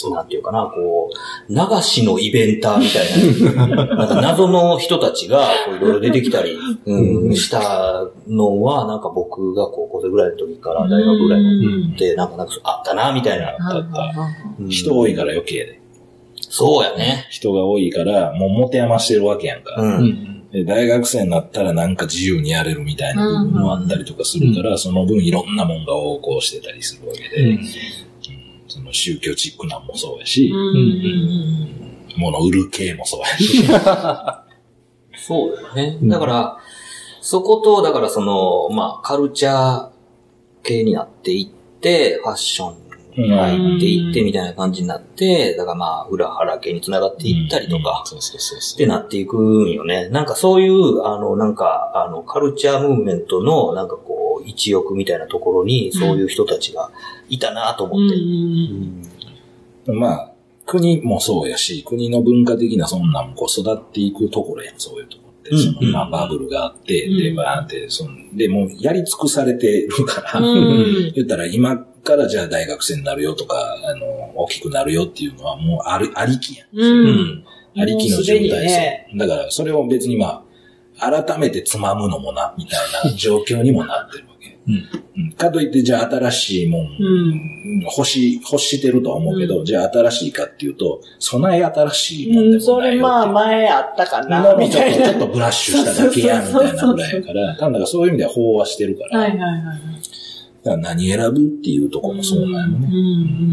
なんていうかな、こう、流しのイベンターみたいな、なんか謎の人たちがいろいろ出てきたり、うん、したのは、なんか僕が高校生ぐらいの時から大学ぐらいの時で、なんかなんかあったな、みたいな。あった。 人多いから余計で。 そうやね。 人が多いから、もう持て余してるわけやんか。うん、で大学生になったらなんか自由にやれるみたいな部分もあったりとかするから、うん、その分いろんなもんが横行してたりするわけで、うんうん、その宗教チックなんもそうやし、うん、物売る系もそうやし。 そうだよね。だから、そこと、だからその、まあ、カルチャー系になっていって、ファッション入っていってみたいな感じになって、だからまあ、裏腹系に繋がっていったりとか、ってなっていくんよね。なんかそういう、あの、なんか、あの、カルチャームーブメントの、なんかこう、一翼みたいなところに、そういう人たちがいたなと思って。うんうん、まあ、国もそうやし、国の文化的なそんなんもこう育っていくところやん、そういうところって、その、まあ、バブルがあって、で、バーンって、その、で、もうやり尽くされてるから、言ったら今からじゃあ大学生になるよとか、あの、大きくなるよっていうのはもうある、ありきやん。 うん。 ありきの状態性。だから、それを別にまあ、改めてつまむのもな、みたいな状況にもなってるわけ。うん、かといって、じゃあ新しいもん、うん、欲し、欲してるとは思うけど、うん、じゃあ新しいかっていうと、備え新しいもんでもないよ、うん。 それまあ前あったかな。 みたいな。ちょっとブラッシュしただけや、みたいなぐらいやから、単だからそういう意味では飽和してるから。はいはいはい。だから何選ぶっていうところもそうなんよね。うんうん、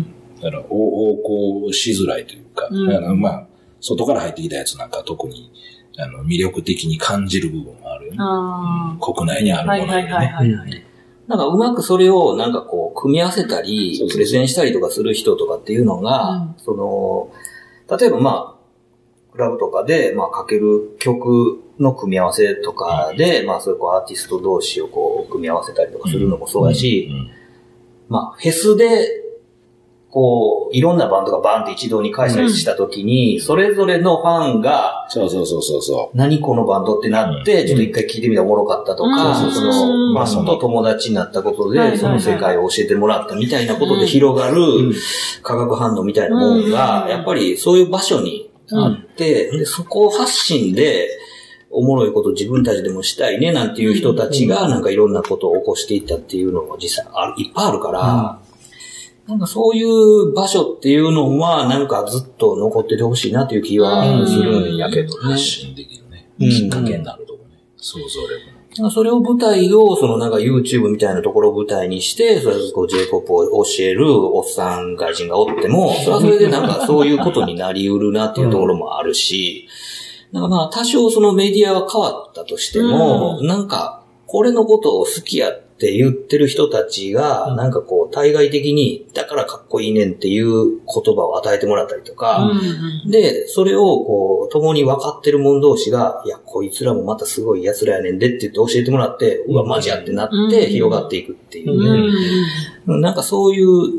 だから横行しづらいというか、だからまあ、外から入ってきたやつなんか特に、あの、魅力的に感じる部分もあるよね。あうん、国内にあるものよね。はいはいはいはい。 なんかうまくそれをなんかこう組み合わせたり、プレゼンしたりとかする人とかっていうのが、うん、その、例えばまあ、クラブとかでまあかける曲の組み合わせとかで、うん、まあそういうこうアーティスト同士をこう組み合わせたりとかするのもそうやし、うんうん、まあフェスで、こう、いろんなバンドがバンって一堂に開催したときに、うん、それぞれのファンが、 そうそうそうそう。 何このバンドってなって、うん、ちょっと一回聞いてみたらおもろかったとか、うん、その、バンドと友達になったことで、うん、その世界を教えてもらったみたいなことで広がる化学反応みたいなものが、やっぱりそういう場所にあって、うん、でそこを発信で、おもろいこと自分たちでもしたいねなんていう人たちが、なんかいろんなことを起こしていったっていうのも実際あるいっぱいあるから、うんなんかそういう場所っていうのはなんかずっと残っててほしいなという気はするんやけどね。 発信できるね。きっかけになるとこね。想像力。 それを舞台をそのなんか YouTube みたいなところを舞台にして、それこう J-ポップ を教えるおっさん外人がおっても、それはそれでなんかそういうことになり得るなっていうところもあるし、なんかまあ多少そのメディアは変わったとしても、なんかこれのことを好きやってって言ってる人たちが、なんかこう、対外的に、だからかっこいいねんっていう言葉を与えてもらったりとか、うん、で、それをこう、共に分かってる者同士が、いや、こいつらもまたすごい奴らやねんでって言って教えてもらって、うわ、マジやってなって広がっていくっていうね。うん、なんかそういう、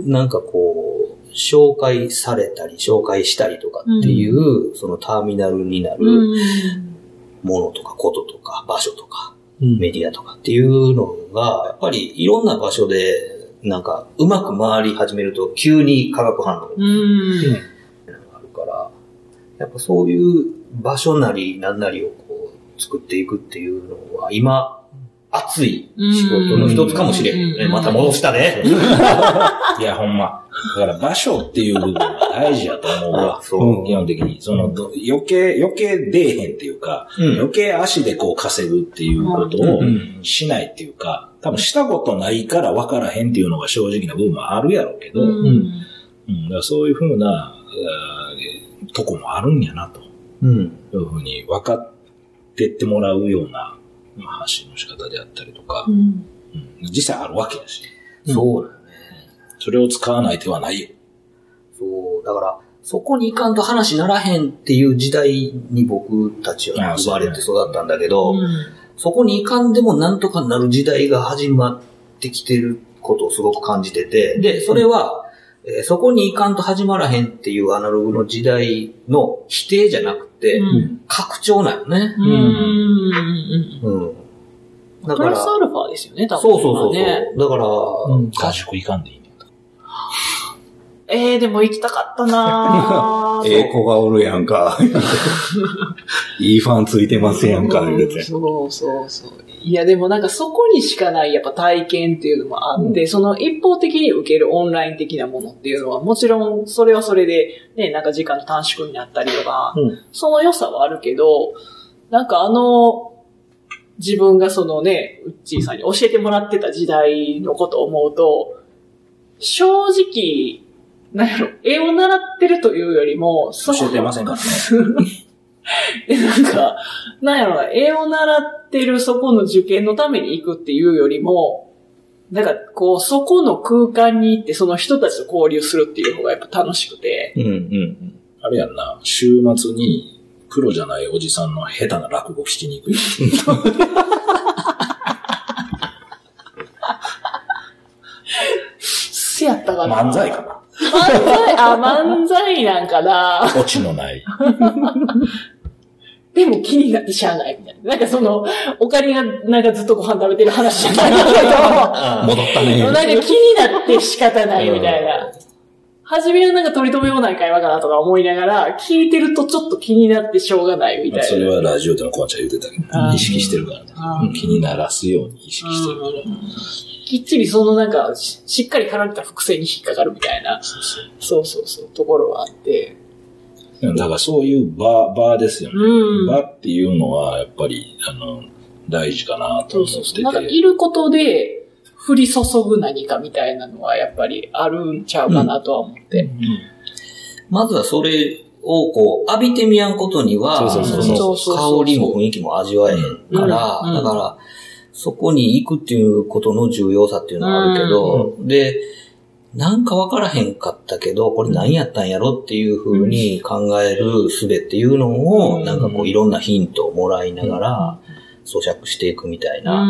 なんかこう、紹介されたり、紹介したりとかっていう、うん、そのターミナルになるものとかこととか場所とか、メディアとかっていうのが、やっぱりいろんな場所で、なんか、うまく回り始めると、急に化学反応があるから、やっぱそういう場所なり、なんなりをこう、作っていくっていうのは、今、熱い仕事の一つかもしれんね。また戻したね。 いや、ほんま。だから場所っていう部分は大事やと思うわ。そう。基本的に。その、余計、余計出えへんっていうか、うん、余計足でこう稼ぐっていうことをしないっていうか、多分したことないから分からへんっていうのが正直な部分もあるやろうけど、うん。うん、だからそういうふうな、とこもあるんやなと。うん。いうふうに分かってってもらうような、まあ、発信の仕方であったりとか、うんうん、実際あるわけだし。 そうだよね。 それを使わない手はないよ。 そう。だから、そこに行かんと話ならへんっていう時代に僕たちは生まれて育ったんだけど、そ, うん、そこに行かんでもなんとかなる時代が始まってきてることをすごく感じてて、で、それは、えー、そこに行かんと始まらへんっていうアナログの時代の否定じゃなくて、うん、拡張なんよね。うん。 うん。だから、プラスアルファですよね、多分。 そうそうそうそう。だから、 うん、合宿行かんでいいね。 ええー、でも行きたかったなぁ。 ええ子がおるやんか。いいファンついてますやんか、言うて。 そうそうそう。いや、でもなんかそこにしかないやっぱ体験っていうのもあって、うん、その一方的に受けるオンライン的なものっていうのはもちろんそれはそれでね、なんか時間の短縮になったりとか、うん、その良さはあるけど、なんかあの、自分がそのね、うっちーさんに教えてもらってた時代のことを思うと、正直、なんやろ、絵を習ってるというよりも、 教えてませんからね。 え、なんか、なんやろな、絵を習ってるそこの受験のために行くっていうよりも、なんかこう、そこの空間に行ってその人たちと交流するっていう方がやっぱ楽しくて。 うんうん。あれやんな、週末にプロじゃないおじさんの下手な落語聞きに行く。 せやったかな。 漫才かな。 漫才、あ、漫才なんかな。 オチのない。 でも気になってしゃあないみたいな。なんかその、オカリがなんかずっとご飯食べてる話じゃないけど、戻ったね。 なんか気になって仕方ないみたいな。初めはなんか取り留めもない会話かなとか思いながら、聞いてるとちょっと気になってしょうがないみたいな。 それはラジオでもこうちゃん言ってたけど、意識してるからね。気にならすように意識してるから。 きっちりそのなんかし、しっかり張られた伏線に引っかかるみたいな。そうそうそう、ところはあって。 だからそういう場、場ですよね。 うん、 場っていうのはやっぱり、あの、大事かなと思ってて。そうそうそう、 なんかいることで降り注ぐ何かみたいなのはやっぱりあるんちゃうかなとは思って。うんうん、 まずはそれをこう浴びてみやんことには、香りも雰囲気も味わえへんから、うんうん、だからそこに行くっていうことの重要さっていうのはあるけど、うん、で、なんかわからへんかったけど、これ何やったんやろっていう風に考える術っていうのを、なんかこういろんなヒントをもらいながら咀嚼していくみたいな。うん、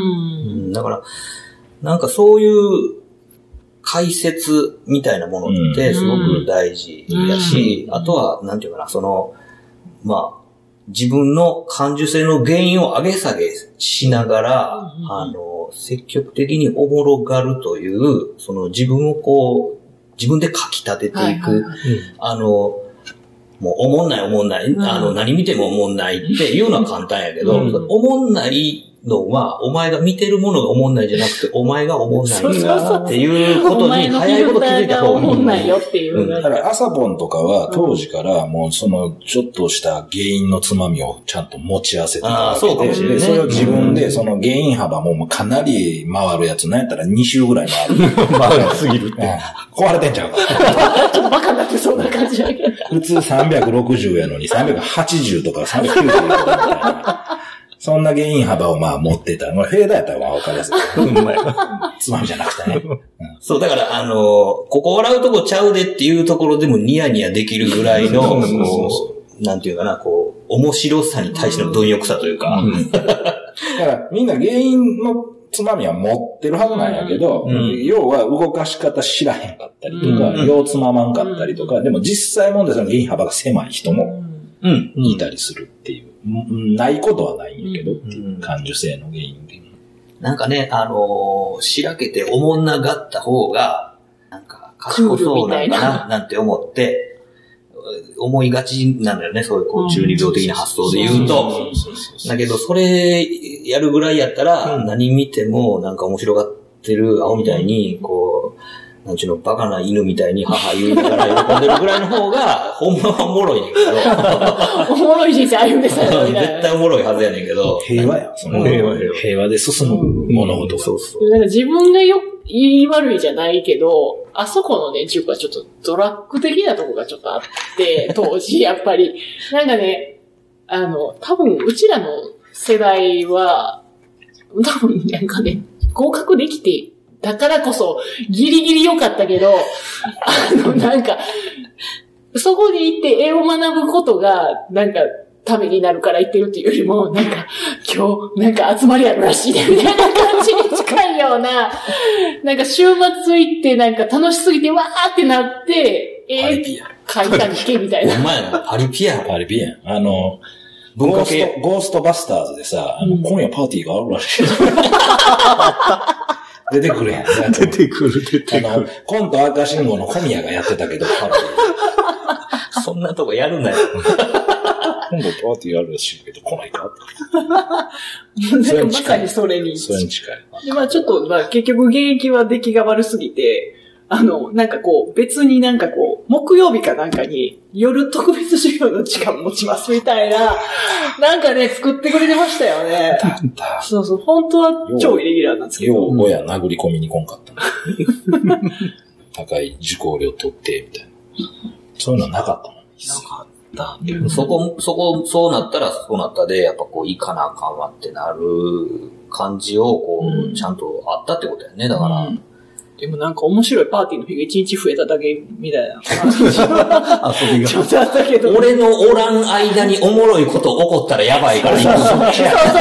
だから、なんかそういう解説みたいなものってすごく大事だし、あとは、なんていうかな、その、まあ、自分の感受性の原因を上げ下げしながら、あの、積極的におもろがるという、その自分をこう、自分でかき立てていく、はいはいはい、あの、もうおもんないおもんない、うん、あの、何見てもおもんないっていうのは簡単やけど、うん、おもんないのは、お前が見てるものがおもんないじゃなくて、お前がおもんないんだっていうことに早いこと気づいた方がいい。 おもんないよっていう。うん、 だから朝ポンとかは当時からもうそのちょっとした原因のつまみをちゃんと持ち合わせてたわけで、そうかもしれないね、それを自分でその原因幅もかなり回るやつ、なんやったらに周ぐらい回る。 回りすぎるって。 壊れてんちゃうか。 ちょっとバカになってそんな感じだけど。 普通さんびゃくろくじゅうやのにさんびゃくはちじゅうとかさんびゃくきゅうじゅうとかみたいな。そんな原因幅をまあ持ってた。まあ、フェーダーやったらわかりやすい。つまみじゃなくてね。うん、 そう、だから、あの、ここ笑うとこちゃうでっていうところでもニヤニヤできるぐらいの、そうそうそうなんていうかな、こう、面白さに対しての貪欲さというか。うん、だからみんな原因のつまみは持ってるはずなんやけど、うん、要は動かし方知らへんかったりとか、うん、ようつままんかったりとか、でも実際問題その原因幅が狭い人もいたりするっていう。ないことはないんやけど、っていう感受性の原因で。 なんかね、あのー、しらけておもんながった方が、なんか賢そうなんだな、なんて思って、思いがちなんだよね、そういうこう中二病的な発想で言うと。だけど、それやるぐらいやったら、何見てもなんか面白がってる青みたいに、こう、なんちゅうの、バカな犬みたいに母言いながら喜んでるぐらいの方が、ほんまはおもろいねんけど。 おもろい人生歩んでさ、 絶対おもろいはずやねんけど。 平和や。その平和、平和で進む物事が。そうそう。 なんか自分がよ、言い悪いじゃないけど、あそこのね、塾はちょっとドラッグ的なとこがちょっとあって、当時やっぱり。なんかね、あの、多分うちらの世代は、多分なんかね、合格できて、だからこそ、ギリギリ良かったけど、あの、なんか、そこに行って絵を学ぶことが、なんか、ためになるから言ってるっていうよりも、なんか、今日、なんか集まりあるらしいね、みたいな感じに近いような、なんか週末行って、なんか楽しすぎて、わーってなって、絵描いたんけ、みたいな。 お前な、パリピア。 パリピア。あの、ゴースト、ゴーストバスターズでさ、あの、うん、今夜パーティーがあるらしい。出てくるやん。 出てくる、出てくる。あの、 コント赤信号の小宮がやってたけど、 そんなとこやるなよ。 今度パーティーあるらしいけど、来ないかなんかまさにそれに。 それに近い。 で、まあちょっと、まあ結局現役は出来が悪すぎて、あの、なんかこう、別になんかこう、木曜日かなんかに夜特別授業の時間持ちますみたいな、なんかね、作ってくれてましたよね。 だった。 そうそう、本当は超イレギュラーなんですけど。 よう親殴り込みに来んかったな。高い受講料取って、みたいな。そういうのなかったもん。 なかった。うん、そこ、そこ、そうなったらそうなったで、やっぱこう、いかなあかんわってなる感じを、こう、うん、ちゃんとあったってことやね、だから。うんでもなんか面白いパーティーの日が一日増えただけみたいな。 遊びが。 ちょっとあったけど。 俺のおらん間におもろいこと起こったらやばいから、 そうそうそうそう。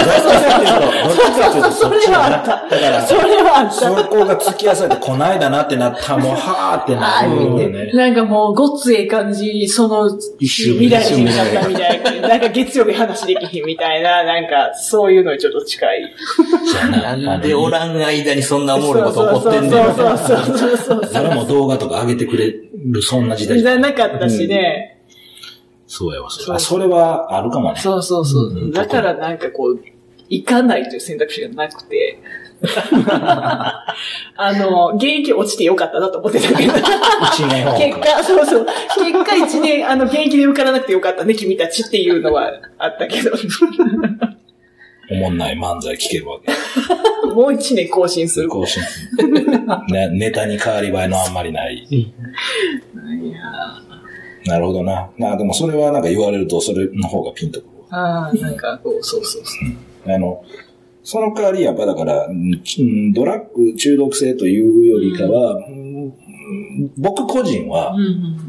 それはあった。だから、それはあった。 そこが付き合わせて、こないだなってなったらもう、はーってなるね。 なんかもう、ごっつええ感じ、その、未来になったみたいな。なんか月曜日話できひんみたいな、なんか、そういうのにちょっと近い。 なんでおらん間にそんなおもろいこと起こってんねん。 そうそうそうそう。 誰も動画とか上げてくれる、そんな時代じゃなかったしね。 うん、そうやわ、それ。それはあるかもね。 そうそうそう。うん、だからなんかこう、行かないという選択肢がなくて。あの、現役落ちてよかったなと思ってたけど。 一年結果、そうそう。結果一年、あの、現役で受からなくてよかったね、君たちっていうのはあったけど。 おもんない漫才聞けるわけ。 もう一年更新する。 更新する。ね、ネタに変わり映えのあんまりない。いやなるほどな。まあでもそれはなんか言われるとそれの方がピンとくるわ。ああ、なんかこう、そうそうそう。 うん、あの、その代わりやっぱだから、ドラッグ中毒性というよりかは、うん、僕個人は、うんうん、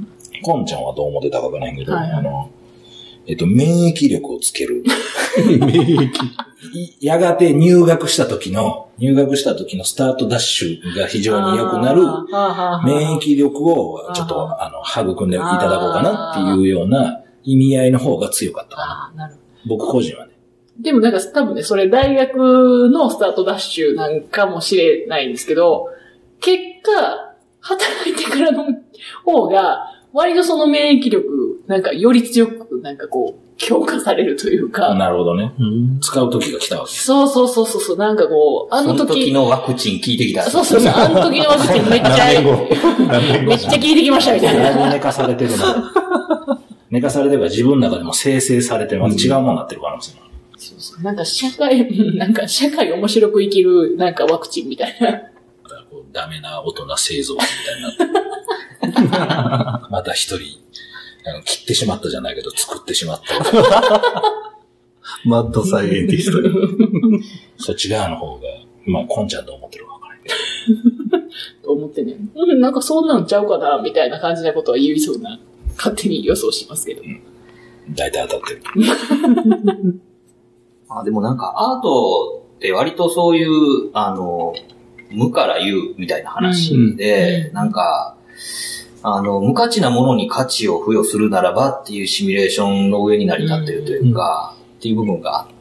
コンちゃんはどう思ってたかわからないけど、はいはい、あの、えっと、免疫力をつける。免疫やがて入学した時の、入学した時のスタートダッシュが非常に良くなる免疫力をちょっと、あの、育んでいただこうかなっていうような意味合いの方が強かったかな。なる僕個人はね。 でもなんか多分ね、それ大学のスタートダッシュなんかもしれないんですけど、結果、働いてからの方が、割とその免疫力、なんかより強く、なんかこう、強化されるというか。 なるほどね。うん、使う時が来たわけ。 そうそうそうそう。なんかこう、あの時。 その時のワクチン効いてきた。 そうそうそう。あの時のワクチンめっちゃ、めっちゃ効いてきましたみたいな。 だいぶ寝かされてるな。寝かされてるから自分の中でも生成されてます。違うものになってる可能性もある。 そうそう。なんか社会、なんか社会面白く生きる、なんかワクチンみたいな。 こうダメな大人製造みたいになってる。また一人、あの、切ってしまったじゃないけど、作ってしまった。 マッドサイエンティスト。 そっち側の方が、まあ、コンちゃんと思ってるかわからない。 と思ってね。うん、なんかそんなのちゃうかな、みたいな感じなことは言いそうな、勝手に予想しますけど。うん、 大体当たってる。 あ、でもなんかアートって割とそういう、あの、無から有みたいな話で、うん、なんか、あの、無価値なものに価値を付与するならばっていうシミュレーションの上に成り立っているというか、うん、っていう部分があって、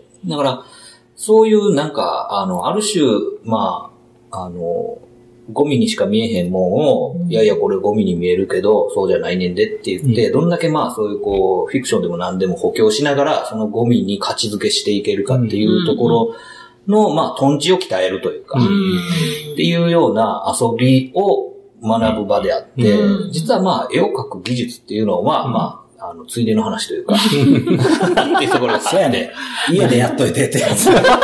だから、そういうなんか、あの、ある種、まあ、あの、ゴミにしか見えへんもんを、うん、いやいやこれゴミに見えるけど、そうじゃないねんでって言って、うん、どんだけまあそういうこう、フィクションでも何でも補強しながら、そのゴミに価値づけしていけるかっていうところの、まあ、トンチを鍛えるというか、うん、っていうような遊びを学ぶ場であって、うん、実はまあ、絵を描く技術っていうのは、うん、まあ、あの、ついでの話というか、っていうところです。 そうやね。家でやっといてってやつ。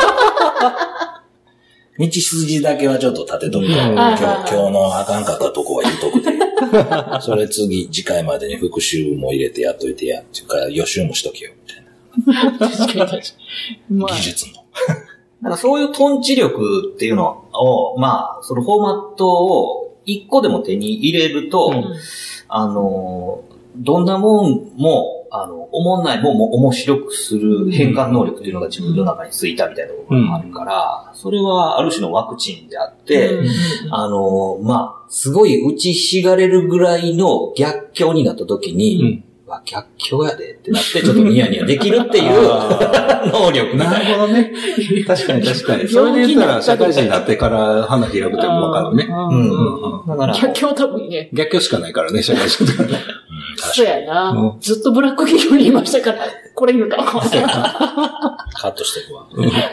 道筋だけはちょっと立てとくから、うん、今日、今日のあかんかったとこは言うとくで。それ次、次回までに復習も入れてやっといてや、っていうか予習もしとけよ、みたいな。確かに確かに。技術の。だからそういうトンチ力っていうのを、まあ、そのフォーマットを一個でも手に入れると、うん、あの、どんなもんも、あの、思んないもんも面白くする変換能力っていうのが自分の中についたみたいなところがあるから、それはある種のワクチンであって、あの、まあ、すごい打ちひしがれるぐらいの逆境になった時に、うん、わ、逆境やでってなって、ちょっとニヤニヤできるっていう能力。 なるほどね。確かに確かに。それで言ったら、社会人になってから花開くってもわかるね。 うんうん。だから。逆境多分ね。 逆境しかないからね、社会人とかね。 そうやな、うん。ずっとブラック企業にいましたから、これ言うかも。 カットしていくわ。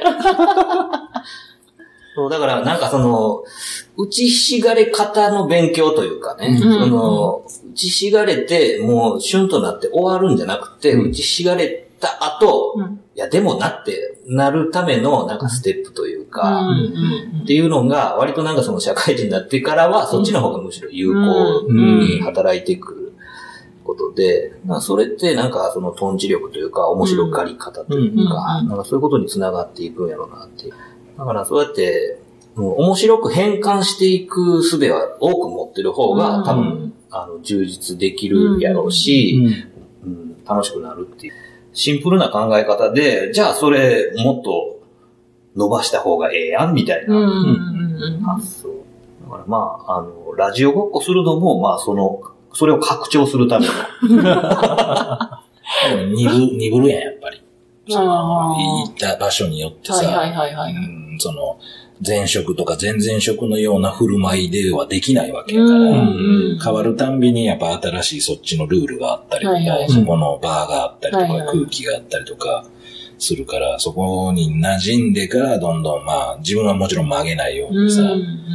そう、だからなんかその、打ちひしがれ方の勉強というかね、うん、その、打ちひしがれて、もう旬となって終わるんじゃなくて、うん、打ちひしがれた後、うん、いやでもなってなるためのなんかステップというか、うん、っていうのが割となんかその社会人になってからは、そっちの方がむしろ有効に働いてくることで、まあ、それってなんかそのトンチ力というか、面白がり方というか、なんかそういうことにつながっていくんやろうなっていう。だからそうやって、 うん、面白く変換していく術は多く持ってる方が、多分、うん、あの、充実できるやろうし、うんうん、楽しくなるっていう。シンプルな考え方で、じゃあそれもっと伸ばした方がええやん、みたいな発想。だからまあ、あの、ラジオごっこするのも、まあその、それを拡張するための。 鈍、鈍るやん、やっぱり。その、行った場所によってさ、 はいはいはいはい、うん、 その、前職とか前々職のような振る舞いではできないわけやから、うんうん、変わるたんびにやっぱ新しいそっちのルールがあったりとか、はいはい、そこのバーがあったりとか、はいはい、空気があったりとかするから、そこに馴染んでからどんどんまあ自分はもちろん曲げないようにさ、うんうん、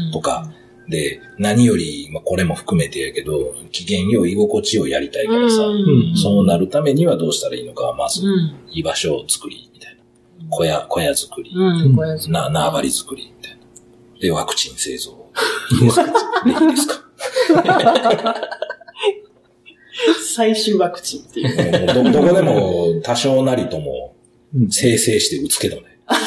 とか、で、何より、まあ、これも含めてやけど、機嫌よい居心地をやりたいからさ、うん、そうなるためにはどうしたらいいのか、まず、居場所を作り、みたいな。小屋、小屋作り、うん、な、縄張り作り、みたいな。で、ワクチン製造。いいですかいいですか最終ワクチンっていう。 ど、どこでも多少なりとも生成して打つけどね。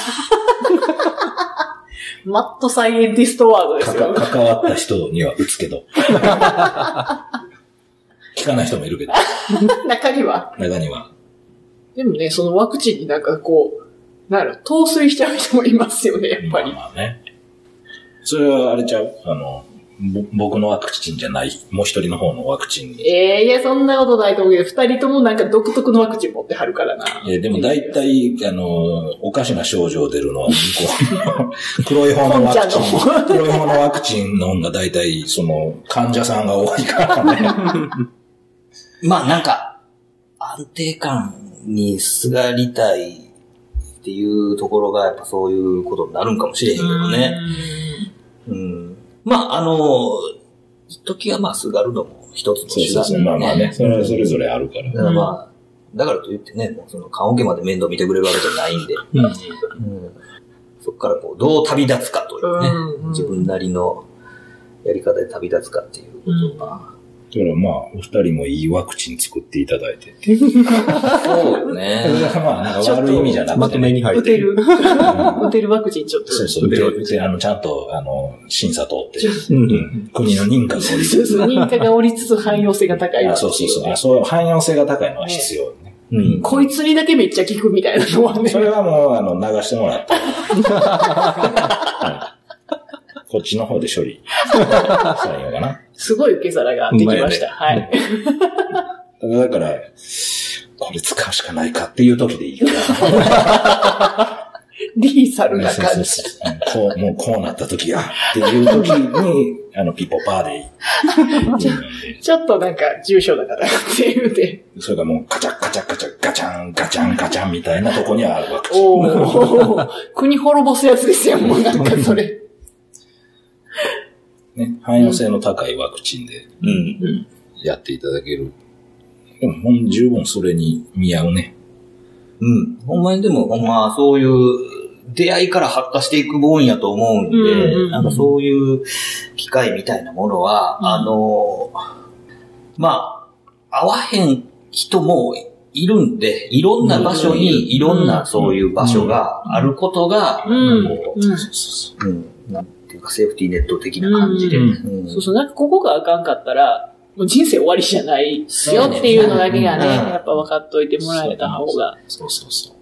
マッドサイエンティストワードですよ。 関わった人には打つけど。聞かない人もいるけど。 中には。 中には。 でもね、そのワクチンになんかこう、なんやろ、陶酔しちゃう人もいますよね、やっぱり。 まあまあね。それはあれちゃうあの、僕のワクチンじゃない、もう一人の方のワクチン。 ええー、いや、そんなことないと思うけど、二人ともなんか独特のワクチン持ってはるからな。 えー、でも大体、あの、おかしな症状出るのは、黒い方のワクチン、黒い方のワクチンの方が大体、その、患者さんが多いからね。 まあなんか、安定感にすがりたいっていうところが、やっぱそういうことになるんかもしれへんけどね。うん。まあ、あの、一時はまあ、すがるのも一つの手段、ね。そうそうそう、 まあまあね。それはそれぞれあるから。 だからまあ、だからといってね、もうその、棺桶まで面倒見てくれるわけじゃないんで。うんうん、そこからこう、どう旅立つかというね、うんうん、自分なりのやり方で旅立つかっていうことが、うんだからまあ、お二人もいいワクチン作っていただいて。 そうよね。 まあ、なんか悪い意味じゃなくて、ね。 まとめに入ってる。 打てる。打てるワクチンちょっと。 そうそう。打てる。あの、ちゃんと、あの、審査通って。うん、国の認可が降りつつ。 そうそう、認可が降りつつ汎用性が高いワクチン。 そうそうそう。そう汎用性が高いのは必要ね。 うん。こいつにだけめっちゃ効くみたいなのはね。 それはもう、あの、流してもらった。こっちの方で処理。されようかな。 すごい受け皿ができました。はい。 だから、これ使うしかないかっていう時でいいから。 リーサルな感じ。 こう、もうこうなった時やっていう時に、あの、ピポパーでいい。 ちょっとなんか重症な方っていうで。 それがもうカチャカチャカチャガチャンガチャンガチャンみたいなとこにあるワクチン。 おー。国滅ぼすやつですよ、もうなんかそれ。 ね、汎用性の高いワクチンで、うん、やっていただける。でも、ほん十分それに見合うね。 うん。ほんまにでも、ほんま、そういう出会いから発火していくもんやと思うんで、うんうんうん、なんかそういう機会みたいなものは、うん、あの、まあ、会わへん人もいるんで、いろんな場所にいろんなそういう場所があることが、なんかこう、そうそうそう。うんっていうかセーフティーネット的な感じで。うんうん、そうそう、なんかここがあかんかったら、もう人生終わりじゃないよっていうのだけがね、やっぱ分かっといてもらえた方が、 そうそうそう。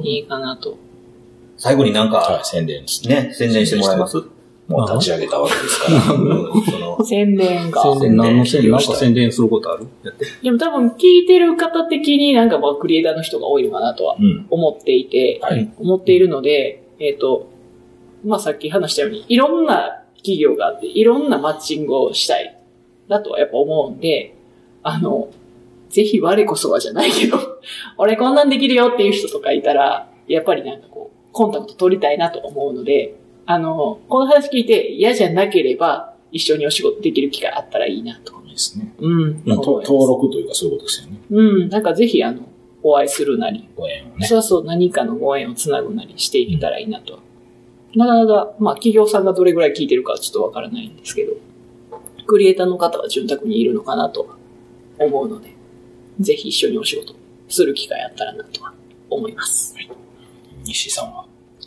いいかなと。 最後になんか、 はい、宣伝ですね。 ね、宣伝してもらえます？ もう立ち上げたわけですから。その宣伝が。 宣伝、何の宣伝、なんか宣伝することある？ でも多分聞いてる方的になんかまあクリエイターの人が多いのかなとは思っていて、うんはい、思っているので、えっと、まあさっき話したように、いろんな企業があって、いろんなマッチングをしたい、だとはやっぱ思うんで、あの、ぜひ我こそはじゃないけど、俺こんなんできるよっていう人とかいたら、やっぱりなんかこう、コンタクト取りたいなと思うので、あの、この話聞いて嫌じゃなければ、一緒にお仕事できる機会あったらいいなと。 いいですね。 うん。 まあ、登録というかそういうことですよね。 うん。なんかぜひあの、お会いするなり。 ご縁をね。 そうそう、何かのご縁をつなぐなりしていけたらいいなと。うんなかなか、まあ企業さんがどれぐらい聞いてるかはちょっとわからないんですけど、クリエイターの方は潤沢にいるのかなと思うので、ぜひ一緒にお仕事する機会あったらなとは思います。はい、 西さんは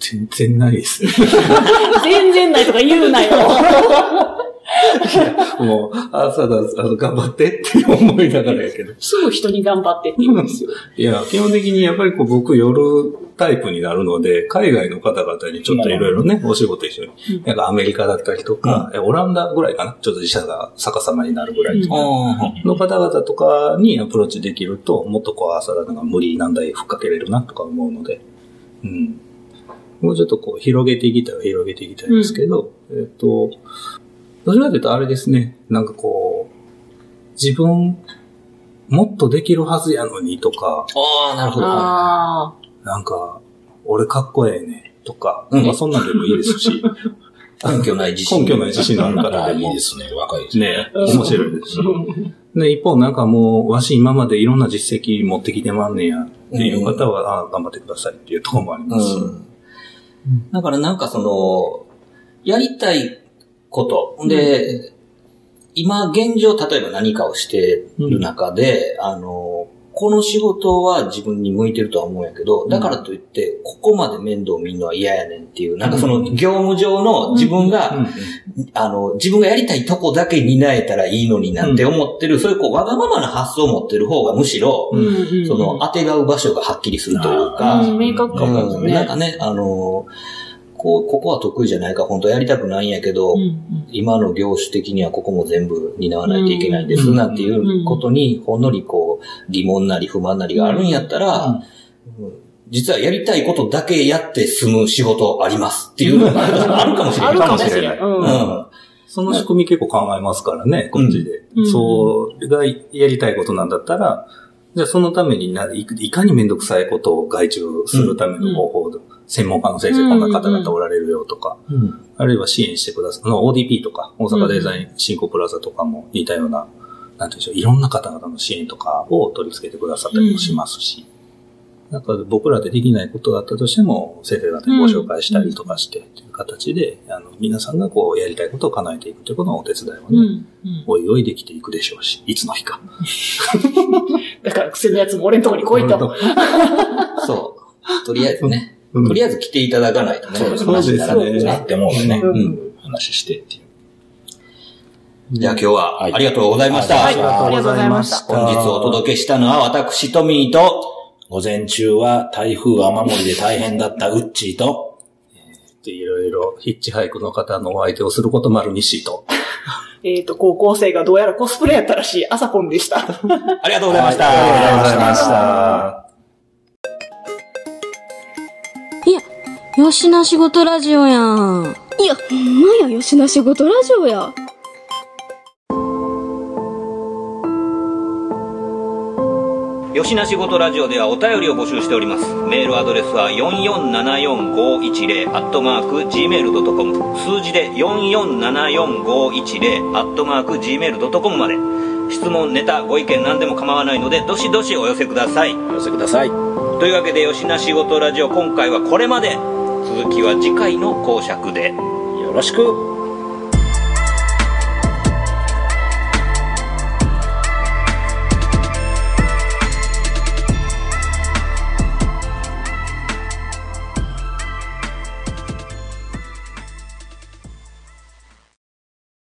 全然ないです。 全然ないとか言うなよ。 いや、もう、朝だ、あの、頑張ってって思いながらやけど。 すぐ人に頑張ってって言うんですよ。 いや、基本的にやっぱりこう僕夜タイプになるので、海外の方々にちょっといろいろね、お仕事一緒に。なんかアメリカだったりとか、うん、オランダぐらいかな、ちょっと自社が逆さまになるぐらいとか、の方々とかにアプローチできると、もっとこう朝だが無理難題ふっかけれるなとか思うので、うん。もうちょっとこう広げていきたいは広げていきたいんですけど、うん、えっと、どちらかというとあれですね、なんかこう、自分、もっとできるはずやのにとか、 ああ、なるほど。 なんか、俺かっこええねとか、うん、まあそんなんでもいいですし、 根拠ない自信。 根拠ない自信のある方でも。 いいですね、若いですね。面白いですし。で、一方なんかもう、わし今までいろんな実績持ってきてまんねやっていう方は、うん、ああ、頑張ってくださいっていうところもありますし。うん、 だからなんかその、やりたいこと。で、うん、今現状例えば何かをしてる中で、うん、あの、この仕事は自分に向いてるとは思うんやけど、だからといって、ここまで面倒見るのは嫌やねんっていう、なんかその業務上の自分が、うん、あの、自分がやりたいとこだけ担えたらいいのになんて思ってる、うん、そういうこう、わがままな発想を持ってる方がむしろ、うん、その、当てがう場所がはっきりするというか、 うん、明確感がね。なんかね、あの、こう、ここは得意じゃないか、本当はやりたくないんやけど、うんうん、今の業種的にはここも全部担わないといけないです、なんていうことに、ほんのりこう、疑問なり不満なりがあるんやったら、うんうん、実はやりたいことだけやって済む仕事ありますっていうのがあるかもしれない。あるかもしれない。うんうん、 その仕組み結構考えますからね、こっちで。うん、それがやりたいことなんだったら、じゃあそのためにないかにめんどくさいことを外注するための方法で、うんうん、専門家の先生こんな方々おられるよとか、うんうん、あるいは支援してください。オーディーピー とか、大阪デザイン振興プラザとかも似たような、なんていうんでしょう、いろんな方々の支援とかを取り付けてくださったりもしますし、うん、なんか僕らでできないことだったとしても、先生方にご紹介したりとかして、という形で、あの、皆さんがこうやりたいことを叶えていくということのお手伝いをね、うんうん、おいおいできていくでしょうし、いつの日か。 だから癖のやつも俺のとこに来いと。 そう。とりあえずね。うん、とりあえず来ていただかないとね。 そうですね。なってもうね、うん、話してっていう。 じゃあ今日はありがとうございました。 はい、ありがとうございました。 本日お届けしたのは私、トミーと、 午前中は台風雨漏りで大変だったウッチーと、 えー、いろいろヒッチハイクの方のお相手をすることもある西と、 えっと、高校生がどうやらコスプレやったらしい、朝コンでした。ありがとうございました。 ありがとうございました。 いや、よしな仕事ラジオやん。いや、ほんまや、よしな仕事ラジオや。 よしな仕事ラジオではお便りを募集しております。メールアドレスはよんよんななよんごいちゼロアットマーク ジーメールドットコム、 数字でよんよんななよんごいちゼロアットマーク ジーメールドットコム まで。質問、ネタ、ご意見何でも構わないのでどしどしお寄せください。 お寄せください。 というわけでよしな仕事ラジオ、今回はこれまで。続きは次回の講釈で。 よろしく。